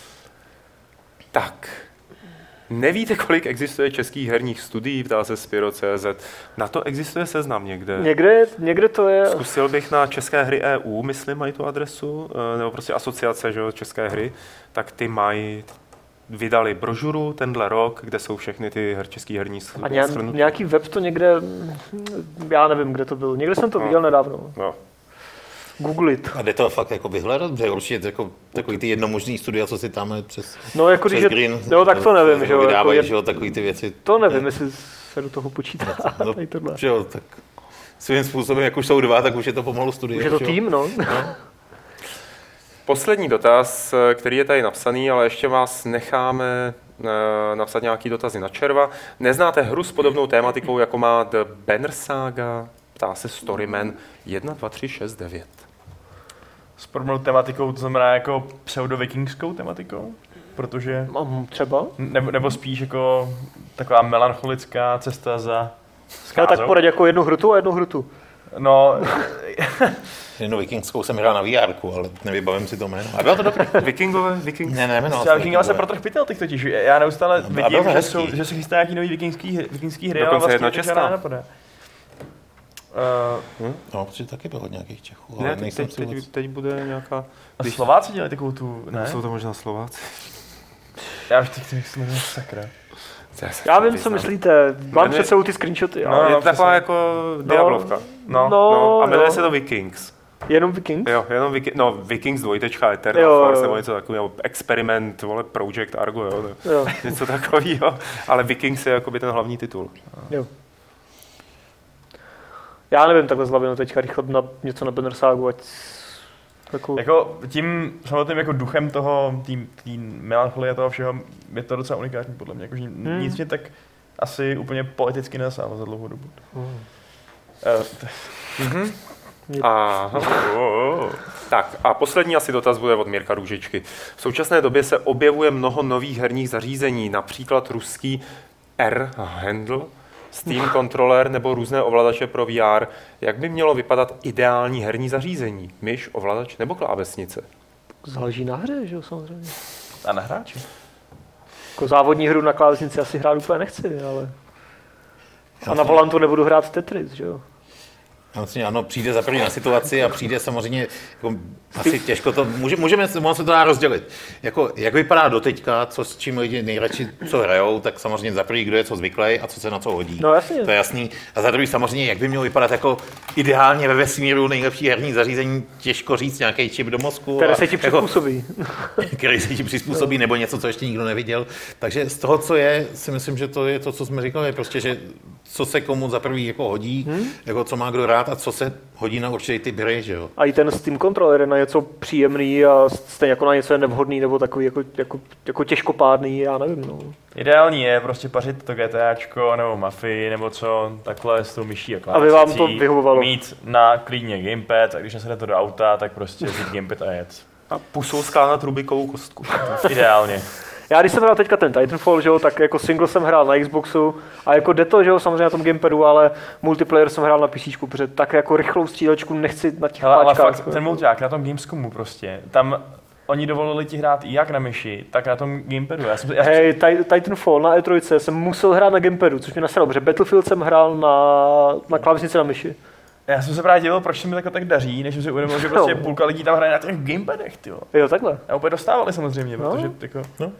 Speaker 2: Tak, nevíte, kolik existuje českých herních studií, ptá se Spiro tečka cé zet. Na to existuje seznam někde.
Speaker 3: Někde, někde to je.
Speaker 2: Zkusil bych na České hry E U, myslím, mají tu adresu, nebo prostě asociace, že jo, České hry, tak ty mají, vydali brožuru tenhle rok, kde jsou všechny ty her, český herní
Speaker 3: studia. A ně, nějaký web to někde, já nevím, kde to byl, někde jsem to no. viděl nedávno.
Speaker 2: No.
Speaker 3: Google it.
Speaker 1: A jde to fakt jako vyhledat? Protože určitě jako takový ty jednomožný studia, co si tam přes,
Speaker 3: no, jako
Speaker 1: přes
Speaker 3: když
Speaker 1: Green.
Speaker 3: Je, no tak to nevím, že jo.
Speaker 1: Vydávají,
Speaker 3: jako
Speaker 1: že jo, takový ty věci.
Speaker 3: To nevím, ne. jestli se do toho počítá.
Speaker 1: No, no, že jo, tak svým způsobem, jak už jsou dva, tak už je to pomalu studia.
Speaker 3: Už je to
Speaker 1: jo?
Speaker 3: tým, no. no.
Speaker 2: Poslední dotaz, který je tady napsaný, ale ještě vás necháme napsat nějaký dotazy na červa. Neznáte hru s podobnou tématikou, jako má The Banner Saga? Ptá se Storyman jedna dva tři šest devět.
Speaker 4: S podobnou tematikou, to znamená jako pseudovikingskou tematikou? Protože...
Speaker 3: Třeba?
Speaker 4: Nebo, nebo spíš jako taková melancholická cesta za
Speaker 3: skázou? Tak poraď jako jednu hrutu a jednu hrutu.
Speaker 4: No...
Speaker 1: Jednu vikingskou jsem hrál na vé erku, ale nevybavím si to jméno. A bylo to dobrý.
Speaker 2: Vikingové? Vikings?
Speaker 1: Ne, ne, jmenoval
Speaker 4: se. Já Vikingové se proto pytel těch totiž. Já neustále
Speaker 1: no,
Speaker 4: vidím, že, jsou, že se chystá nějaký nový vikingský, vikingský hry, ale vlastně
Speaker 2: jedna
Speaker 4: to žádná napadá. Uh,
Speaker 1: No, protože taky bylo nějakých Čechů,
Speaker 2: Ne,
Speaker 1: ale
Speaker 2: teď,
Speaker 1: nejsem
Speaker 2: teď,
Speaker 1: si
Speaker 2: teď,
Speaker 1: vůbec...
Speaker 2: teď bude nějaká...
Speaker 4: a Slováci dělají takovou tu, ne?
Speaker 2: Jsou to možná Slováci?
Speaker 4: Já už teď jak se jmenuje sakra.
Speaker 3: Já vím, co myslíte. Mám
Speaker 2: Ne,
Speaker 3: před sebou ty screenshoty.
Speaker 4: No,
Speaker 3: No,
Speaker 2: Je
Speaker 4: no,
Speaker 2: to taková
Speaker 4: přesně.
Speaker 2: jako Diablovka.
Speaker 4: No,
Speaker 3: no,
Speaker 2: No, a jmenuje
Speaker 3: no.
Speaker 2: se to Vikings.
Speaker 3: Jenom Vikings?
Speaker 2: Jo, jenom Vikings, no Vikings dvojtečka Eternal
Speaker 3: Jo,
Speaker 2: Force
Speaker 3: jo.
Speaker 2: nebo něco takového, Experiment, vole, Project Argo, jo, to,
Speaker 3: Jo.
Speaker 2: něco takového, ale Vikings je jakoby ten hlavní titul.
Speaker 3: Jo. Já nevím takhle z hlavy, no teďka rychle na něco na Banner Sagu, ať jako...
Speaker 4: Jako tím samotným jako duchem toho, tým, tým melancholie toho všeho, je to docela unikátní podle mě. Jakože
Speaker 3: Hmm.
Speaker 4: nic mě tak asi úplně politicky nezasáhlo za dlouhou dobu.
Speaker 3: Hmm.
Speaker 4: Uh,
Speaker 2: A, tak a poslední asi dotaz bude od Mirka Růžičky. V současné době se objevuje mnoho nových herních zařízení, například ruský R-Handle, Steam controller nebo různé ovladače pro V R. Jak by mělo vypadat ideální herní zařízení? Myš, ovladač nebo klávesnice?
Speaker 3: Záleží na hře, že jo, samozřejmě.
Speaker 4: a na hráči.
Speaker 3: Jako závodní hru na klávesnici asi hrát úplně nechci, ale... A na volantu nebudu hrát Tetris, že jo?
Speaker 1: Vlastně ano, přijde za první na situaci a přijde samozřejmě, jako, asi těžko to, může, můžeme se to dá rozdělit. Jako, jak vypadá doteďka, co s čím lidi nejradši co hrajou, tak samozřejmě za první, kdo je co zvyklý a co se na co hodí.
Speaker 3: No jasně.
Speaker 1: To je jasný. A za druhý samozřejmě, jak by mělo vypadat jako ideálně ve vesmíru nejlepší herní zařízení, těžko říct, nějaký čip do mozku.
Speaker 3: Které
Speaker 1: a
Speaker 3: se ti
Speaker 1: jako,
Speaker 3: přizpůsobí.
Speaker 1: který se ti přizpůsobí, nebo něco, co ještě nikdo neviděl. Takže z toho, co je, si myslím, že to je to, co jsme říkali, prostě, že co se komu za prvý jako hodí, hmm? jako co má kdo rád a co se hodí na určitý typ hry, že jo.
Speaker 3: A i ten Steam controller je na něco příjemný a stejně jako na něco je nevhodný nebo takový jako, jako, jako těžkopádný, já nevím, no.
Speaker 4: Ideální je prostě pařit to GTAčko nebo Mafii nebo co takhle s tou myší a
Speaker 3: Aby vám to
Speaker 4: klávesnicí,
Speaker 3: vyhovovalo.
Speaker 4: mít na klidně gamepad a když nasadete to do auta, tak prostě vzít gamepad a jet.
Speaker 2: A pusou skládat Rubikovou kostku.
Speaker 4: Ideálně.
Speaker 3: Já když jsem hrál teďka ten Titanfall, že jo, tak jako single jsem hrál na Xboxu a jako jde to, že jo, samozřejmě na tom gamepadu, ale multiplayer jsem hrál na PCčku, protože tak jako rychlou střílečku nechci na těch
Speaker 4: Hele, ale
Speaker 3: páčkách.
Speaker 4: fakt ten mulťák na tom Gamescomu prostě, tam oni dovolili ti hrát jak na myši, tak na tom gamepadu. Já jsem, já jsem,
Speaker 3: Hej, Titanfall na E tři jsem musel hrát na gamepadu, což mě nasralo, protože Battlefield jsem hrál na, na klávesnici na myši.
Speaker 4: já jsem se právě divil, proč se mi takhle tak daří, než jsem si uvědomil, že prostě
Speaker 3: No.
Speaker 4: půlka lidí tam hraje na těch gamepadech, tyjo.
Speaker 3: Jo, takhle.
Speaker 4: A úplně dostávali samozřejmě,
Speaker 3: No.
Speaker 4: protože jako...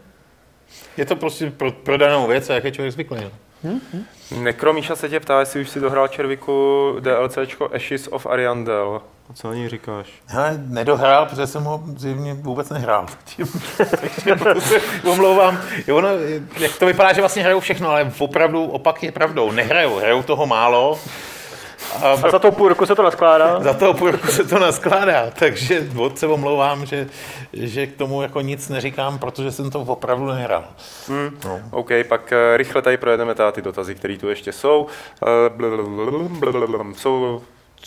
Speaker 1: Je to prostě pro, pro danou věc a jak je člověk zvyklý. No.
Speaker 2: Nekro Míša se tě ptá, jestli už si dohrál Červiku DLCčko Ashes of Ariandel. A co o něj říkáš?
Speaker 1: Hele, nedohrál, protože jsem ho zjevně vůbec nehrál. Takže to se omlouvám. Jo, no, jak to vypadá, že vlastně hrajou všechno, ale opravdu opak je pravdou. Nehrajou, hrajou toho málo. A
Speaker 3: A za to půl roku se to naskládá.
Speaker 1: za toho půl roku se to naskládá, takže od se omlouvám, že, že k tomu jako nic neříkám, protože jsem to opravdu nehrál.
Speaker 2: Hmm. No. OK, pak uh, rychle tady projedeme tady ty dotazy, které tu ještě jsou. Uh, blablabla, jsou.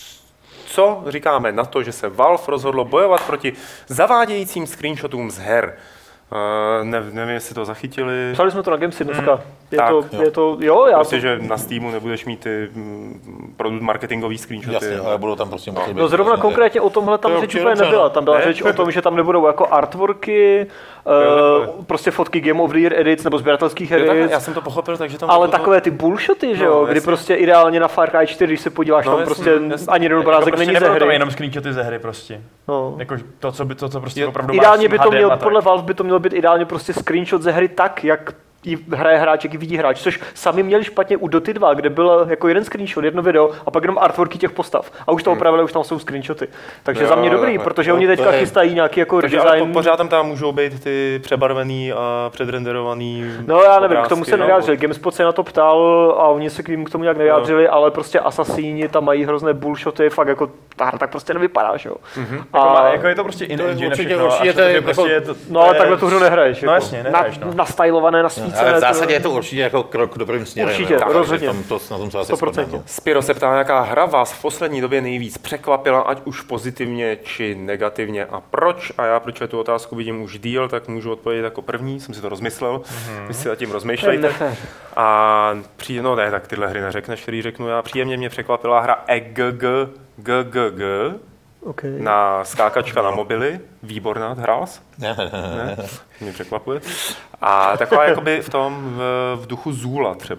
Speaker 2: Co říkáme na to, že se Valve rozhodlo bojovat proti zavádějícím screenshotům z her? Uh, ne, nevím, jestli to zachytili.
Speaker 3: Psali jsme to na Gamesy dneska.
Speaker 2: Mm,
Speaker 3: je,
Speaker 2: tak,
Speaker 3: to,
Speaker 1: jo.
Speaker 3: je to, jo, já
Speaker 2: Prostě,
Speaker 3: to,
Speaker 2: že na Steamu nebudeš mít ty mm, produkt marketingový screenshoty.
Speaker 1: Jasně, ale budou tam prostě muset být.
Speaker 3: No zrovna
Speaker 1: prostě-
Speaker 3: konkrétně o tomhle tam
Speaker 1: To je
Speaker 3: řeč
Speaker 1: určitě
Speaker 3: úplně
Speaker 1: dobře,
Speaker 3: nebyla.
Speaker 1: no.
Speaker 3: Tam byla
Speaker 2: Ne?
Speaker 3: řeč o tom, že tam nebudou jako artworky,
Speaker 2: takhle.
Speaker 3: uh, prostě fotky Game of the Year edits nebo sběratelských
Speaker 2: Jo, takhle,
Speaker 3: edits.
Speaker 2: já jsem to pochopil, takže tam
Speaker 3: Ale
Speaker 2: bylo to-
Speaker 3: takové ty bullshoty, že
Speaker 2: No,
Speaker 3: jo, kdy
Speaker 2: jasně.
Speaker 3: prostě ideálně na Far Cry čtyři, když se podíváš,
Speaker 2: No,
Speaker 3: tam
Speaker 2: jasně,
Speaker 3: prostě
Speaker 2: jasně.
Speaker 3: ani jeden
Speaker 4: Jako
Speaker 3: obrázek
Speaker 4: prostě
Speaker 3: není ze
Speaker 4: nebudou to
Speaker 3: hry.
Speaker 4: jenom screenshoty ze hry prostě.
Speaker 3: No.
Speaker 4: Jako to, co by to, co prostě
Speaker 2: Je-
Speaker 4: opravdu
Speaker 3: Ideálně
Speaker 4: máš
Speaker 3: by
Speaker 4: s
Speaker 3: to
Speaker 4: H D
Speaker 3: mělo,
Speaker 4: a tak.
Speaker 3: podle Valve by to mělo být ideálně prostě screenshot ze hry tak, jak ji hraje hráč, jak ji vidí hráč, což sami měli špatně u Doty dva, kde byl jako jeden screenshot, jedno video a pak jenom artworky těch postav. A už to opravili, už tam jsou screenshoty. Takže
Speaker 2: Jo,
Speaker 3: za mě dobrý,
Speaker 2: takhle.
Speaker 3: protože
Speaker 1: Jo,
Speaker 3: oni
Speaker 1: to
Speaker 3: teďka
Speaker 1: je-
Speaker 3: chystají nějaký jako
Speaker 2: Takže ale po-
Speaker 3: redesign.
Speaker 2: pořád tam tam můžou být ty přebarvený a předrenderovaný.
Speaker 3: No já nevím, k tomu
Speaker 2: obrázky,
Speaker 3: se
Speaker 2: no.
Speaker 3: nevyjádřili. GameSpot se na to ptal a oni se k ním k tomu nějak nevyjádřili, ale prostě asasíni tam mají hrozné bullshoty, fakt jako ta hra tak prostě nevypadá, že jo.
Speaker 2: Mhm.
Speaker 4: Jako, má,
Speaker 3: A
Speaker 4: jako je to prostě in
Speaker 1: To je
Speaker 4: engine
Speaker 1: určitě-
Speaker 4: všechno,
Speaker 1: určitě
Speaker 4: a
Speaker 1: to je
Speaker 4: že
Speaker 1: jako-
Speaker 4: prostě je to,
Speaker 3: no ale
Speaker 4: to je-
Speaker 3: takhle tu hru nehraješ.
Speaker 4: No
Speaker 3: jako.
Speaker 4: jasně, nehraješ,
Speaker 3: na,
Speaker 4: no.
Speaker 3: Nastylované, nasvícené.
Speaker 1: Ale v
Speaker 3: to-
Speaker 1: zásadě je to určitě jako krok dobrým směrem.
Speaker 3: Určitě,
Speaker 1: jo. Takže
Speaker 3: rozhodně.
Speaker 1: v tom, to, na tom se asi
Speaker 3: sto procent.
Speaker 1: shodneme.
Speaker 2: Spiro se ptá, jaká hra vás v poslední době nejvíc překvapila, ať už pozitivně či negativně a proč. A já, protože tu otázku vidím už díl, tak můžu odpovědět jako první, jsem si to rozmyslel, mm-hmm. vy si nad tím rozmýšlejte.
Speaker 3: Nefér.
Speaker 2: A přijde, no ne, tak tyhle hry neřekneš, který řeknu já. Příjemně mě překvapila hra E G G G G G
Speaker 3: Okay.
Speaker 2: na skákačka na mobily. Výborná, hrál jsi?
Speaker 1: Ne, ne, ne, ne.
Speaker 2: Mě překvapuje. A taková jakoby v tom, v, v duchu Zula třeba.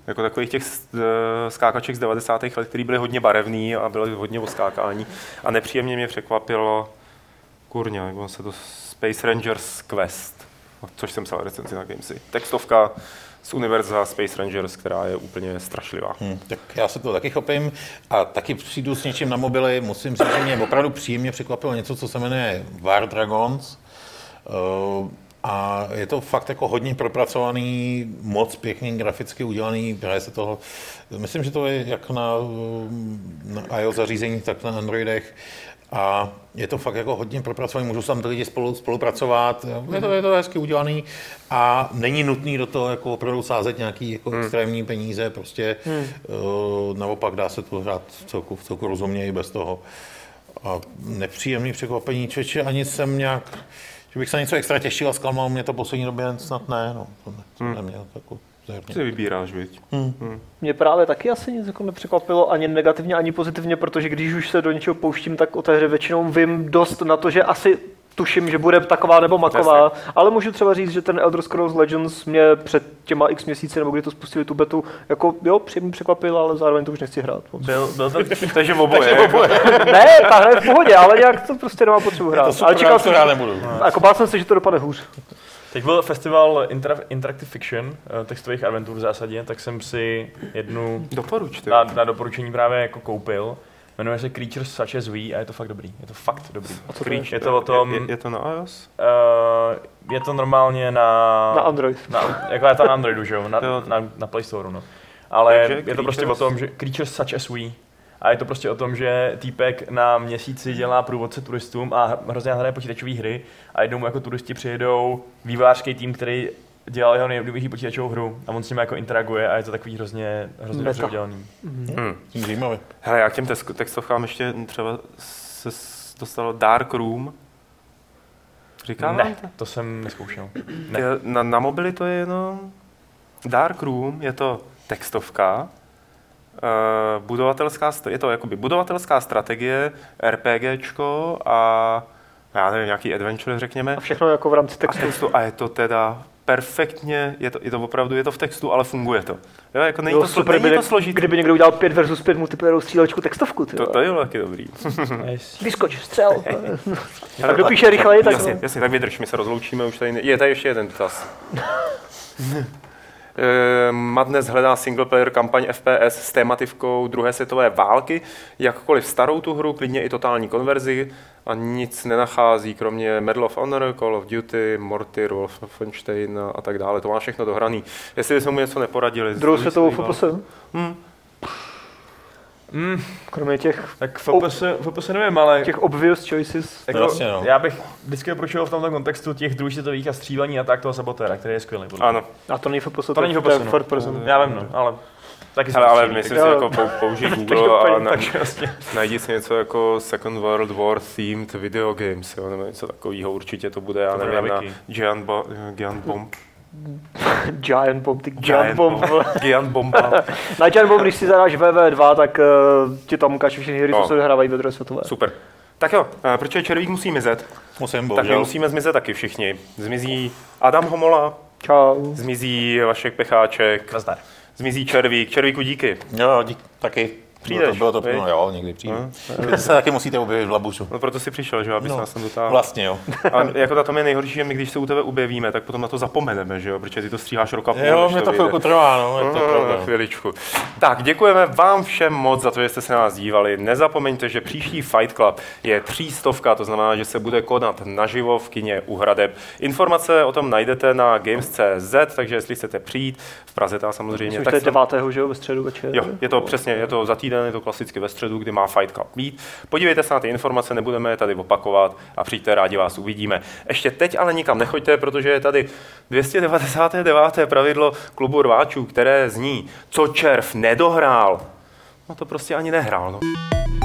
Speaker 2: Jako takových těch skákaček z devadesátých let, které byly hodně barevný a byly hodně o skákání. A nepříjemně mě překvapilo, kurňa, jak on se to Space Rangers Quest, což jsem psal recenzi na Gamesy. Textovka z univerza Space Rangers, která je úplně strašlivá. Hmm,
Speaker 1: tak já se to taky chopím a taky přijdu s něčím na mobily. Musím říct, že mě opravdu příjemně překvapilo něco, co se jmenuje War Dragons. Uh, A je to fakt jako hodně propracovaný, moc pěkný, graficky udělaný, hraje se toho. Myslím, že to je jak na, na iOS zařízení, tak na Androidech. A je to fakt jako hodně propracovaný, můžou tam ty lidi spolu, spolupracovat, je to, je to hezky udělaný a není nutný do toho jako opravdu sázet nějaký jako hmm. extrémní peníze, prostě hmm. uh, naopak dá se to hrát v celku, v celku rozumně i bez toho. A nepříjemný překvapení, čeče, ani jsem nějak, že bych se něco extra těšil a zklamal, mě to poslední době snad ne, no, to ne, to
Speaker 2: hmm.
Speaker 1: neměl takovou zérně.
Speaker 2: Ty vybíráš, viď? Hmm.
Speaker 3: Hmm. Mě právě taky asi nic jako nepřekvapilo, ani negativně, ani pozitivně, protože když už se do něčeho pouštím, tak o té hře většinou vím dost na to, že asi tuším, že bude taková nebo maková, Jasně. ale můžu třeba říct, že ten Elder Scrolls Legends mě před těma x měsíci, nebo kdy to spustili tu betu, jako jo, příjemně překvapil, ale zároveň to už nechci hrát.
Speaker 4: Byl, byl to,
Speaker 2: takže oboje. oboje.
Speaker 3: Ne, ta hra je v pohodě, ale nějak to prostě nemá potřebu hrát.
Speaker 1: Super,
Speaker 3: ale čekal
Speaker 1: jsem, že nebudu.
Speaker 3: Jako bál jsem se, že to dopadne hůř.
Speaker 4: Teď byl festival Inter- Interactive Fiction, textových adventur v zásadě, tak jsem si jednu
Speaker 2: Doporuč,
Speaker 4: na, na doporučení právě jako koupil. Jmenuje se Creatures Such as We a je to fakt dobrý. Je to fakt dobrý.
Speaker 3: A co
Speaker 4: to je? Je to o tom...
Speaker 2: Je, je, je to na iOS?
Speaker 4: Uh, je to normálně na...
Speaker 3: Na Android.
Speaker 4: Na, jako je to na Androidu, že jo? Na, na, na Play Store, no. Ale
Speaker 2: Takže
Speaker 4: je to
Speaker 2: creatures...
Speaker 4: prostě o tom, že Creatures Such as We. A je to prostě o tom, že týpek na měsíci dělá průvodce turistům a hrozně hraje počítačové hry a jednou mu jako turisti přijedou vývojářský tým, který dělal jeho nejoblíbenější počítačovou hru a on s ním jako interaguje a je to takový hrozně, hrozně dobře udělaný.
Speaker 2: Hmm.
Speaker 1: Zajímavý.
Speaker 2: Hele, já k těm textovkám ještě třeba se dostalo Dark Room. Říkám
Speaker 4: Ne, to? to jsem neskoušel. Ne.
Speaker 2: Na, na mobily to je jenom Dark Room, je to textovka, uh, budovatelská, je to jakoby budovatelská strategie, RPGčko a já nevím, nějaký adventure, řekněme.
Speaker 3: A všechno jako v rámci textu.
Speaker 2: A, textu, a je to teda perfektně, je to, je to opravdu, je to v textu, ale funguje to. Jo, jako není, jo, to, super, není to složitý.
Speaker 3: Kdyby někdo udělal pět versus pět multiplayerovou střílečku textovku.
Speaker 2: To, to je taky dobrý.
Speaker 3: Vyskoč, střel. Tak dopíše rychleji, tak...
Speaker 2: Jasně, jasně, tak vydrž, my se rozloučíme, už tady ne... Je tady ještě jeden dotaz. Madness hledá singleplayer kampaň F P S s témativkou druhé světové války, jakkoliv starou tu hru, klidně i totální konverzi a nic nenachází, kromě Medal of Honor, Call of Duty, Morty, Wolfenstein a tak dále. To má všechno dohraný. Jestli bychom mu něco neporadili.
Speaker 3: Druhou světovou F P S? Hmm.
Speaker 4: Mm.
Speaker 3: Kromě těch...
Speaker 4: Tak F P S, F P S nevím, ale...
Speaker 3: Těch obvious choices.
Speaker 4: Jako, vlastně, no. Já bych vždycky doporučoval v tomto kontextu těch druhých a střílení a tak toho Sabotéra, který je skvělý.
Speaker 2: Ano.
Speaker 3: A to není F P S,
Speaker 4: to není F P S, no.
Speaker 3: person.
Speaker 4: Já vím, no, ale... Taky
Speaker 2: ale, ale myslím si, jako použij Google a na,
Speaker 4: vlastně.
Speaker 2: najdi si něco jako Second World War themed video games, jo, nebo něco takového, určitě to bude, já to nevím, na Giant, Bo- Giant Bomb.
Speaker 3: Giant Bomb, ty Giant, Giant Bomb.
Speaker 2: Giant Bomba.
Speaker 3: Na Giant Bomb, když si zadáš V V dva, tak uh, ti tam ukáže všechny hry, co no. se odhrávají ve druhé světové.
Speaker 2: Super. Tak jo, protože červík musí mizet.
Speaker 1: Musím,
Speaker 2: bohužel. Tak my musíme zmizet taky všichni. Zmizí Adam Homola.
Speaker 3: Čau.
Speaker 2: Zmizí Vašek Pecháček.
Speaker 4: Nazdar.
Speaker 2: Zmizí Červík. Červíku díky.
Speaker 1: Jo, díky. Taky.
Speaker 2: Přijdeš?
Speaker 1: Bylo to, bylo to no, jo, někdy přijdu. Vy se taky musíte objevit v Labušu.
Speaker 2: No proto jsi přišel, že jo, abys
Speaker 1: no,
Speaker 2: nás tam dotáhl.
Speaker 1: Vlastně jo.
Speaker 2: A jako na tom je nejhorší, že my když se u tebe objevíme, tak potom na to zapomeneme, že jo, protože ty to stříháš rok a půl.
Speaker 1: Jo, mě to chvilku trvá, no, je to
Speaker 2: no,
Speaker 1: pravda.
Speaker 2: Chviličku. Tak, děkujeme vám všem moc za to, že jste se na nás dívali. Nezapomeňte, že příští Fight Club je třístovka, to znamená, že se bude konat naživo v kině u Hradeb. Informace o tom najdete na games tečka cé zet, takže jestli chcete přijít v Praze, ta samozřejmě.
Speaker 3: Myslím,
Speaker 2: tak
Speaker 3: to je devátého, že jo, ve středu večer.
Speaker 2: Jo, je to přesně, je to za týden, je to klasicky ve středu, kdy má Fight Club být. Podívejte se na ty informace, nebudeme je tady opakovat a přijďte, rádi vás uvidíme. Ještě teď ale nikam nechoďte, protože je tady dvě stě devadesát devět pravidlo klubu rváčů, které zní, co červ nedohrál, no to prostě ani nehrál. No.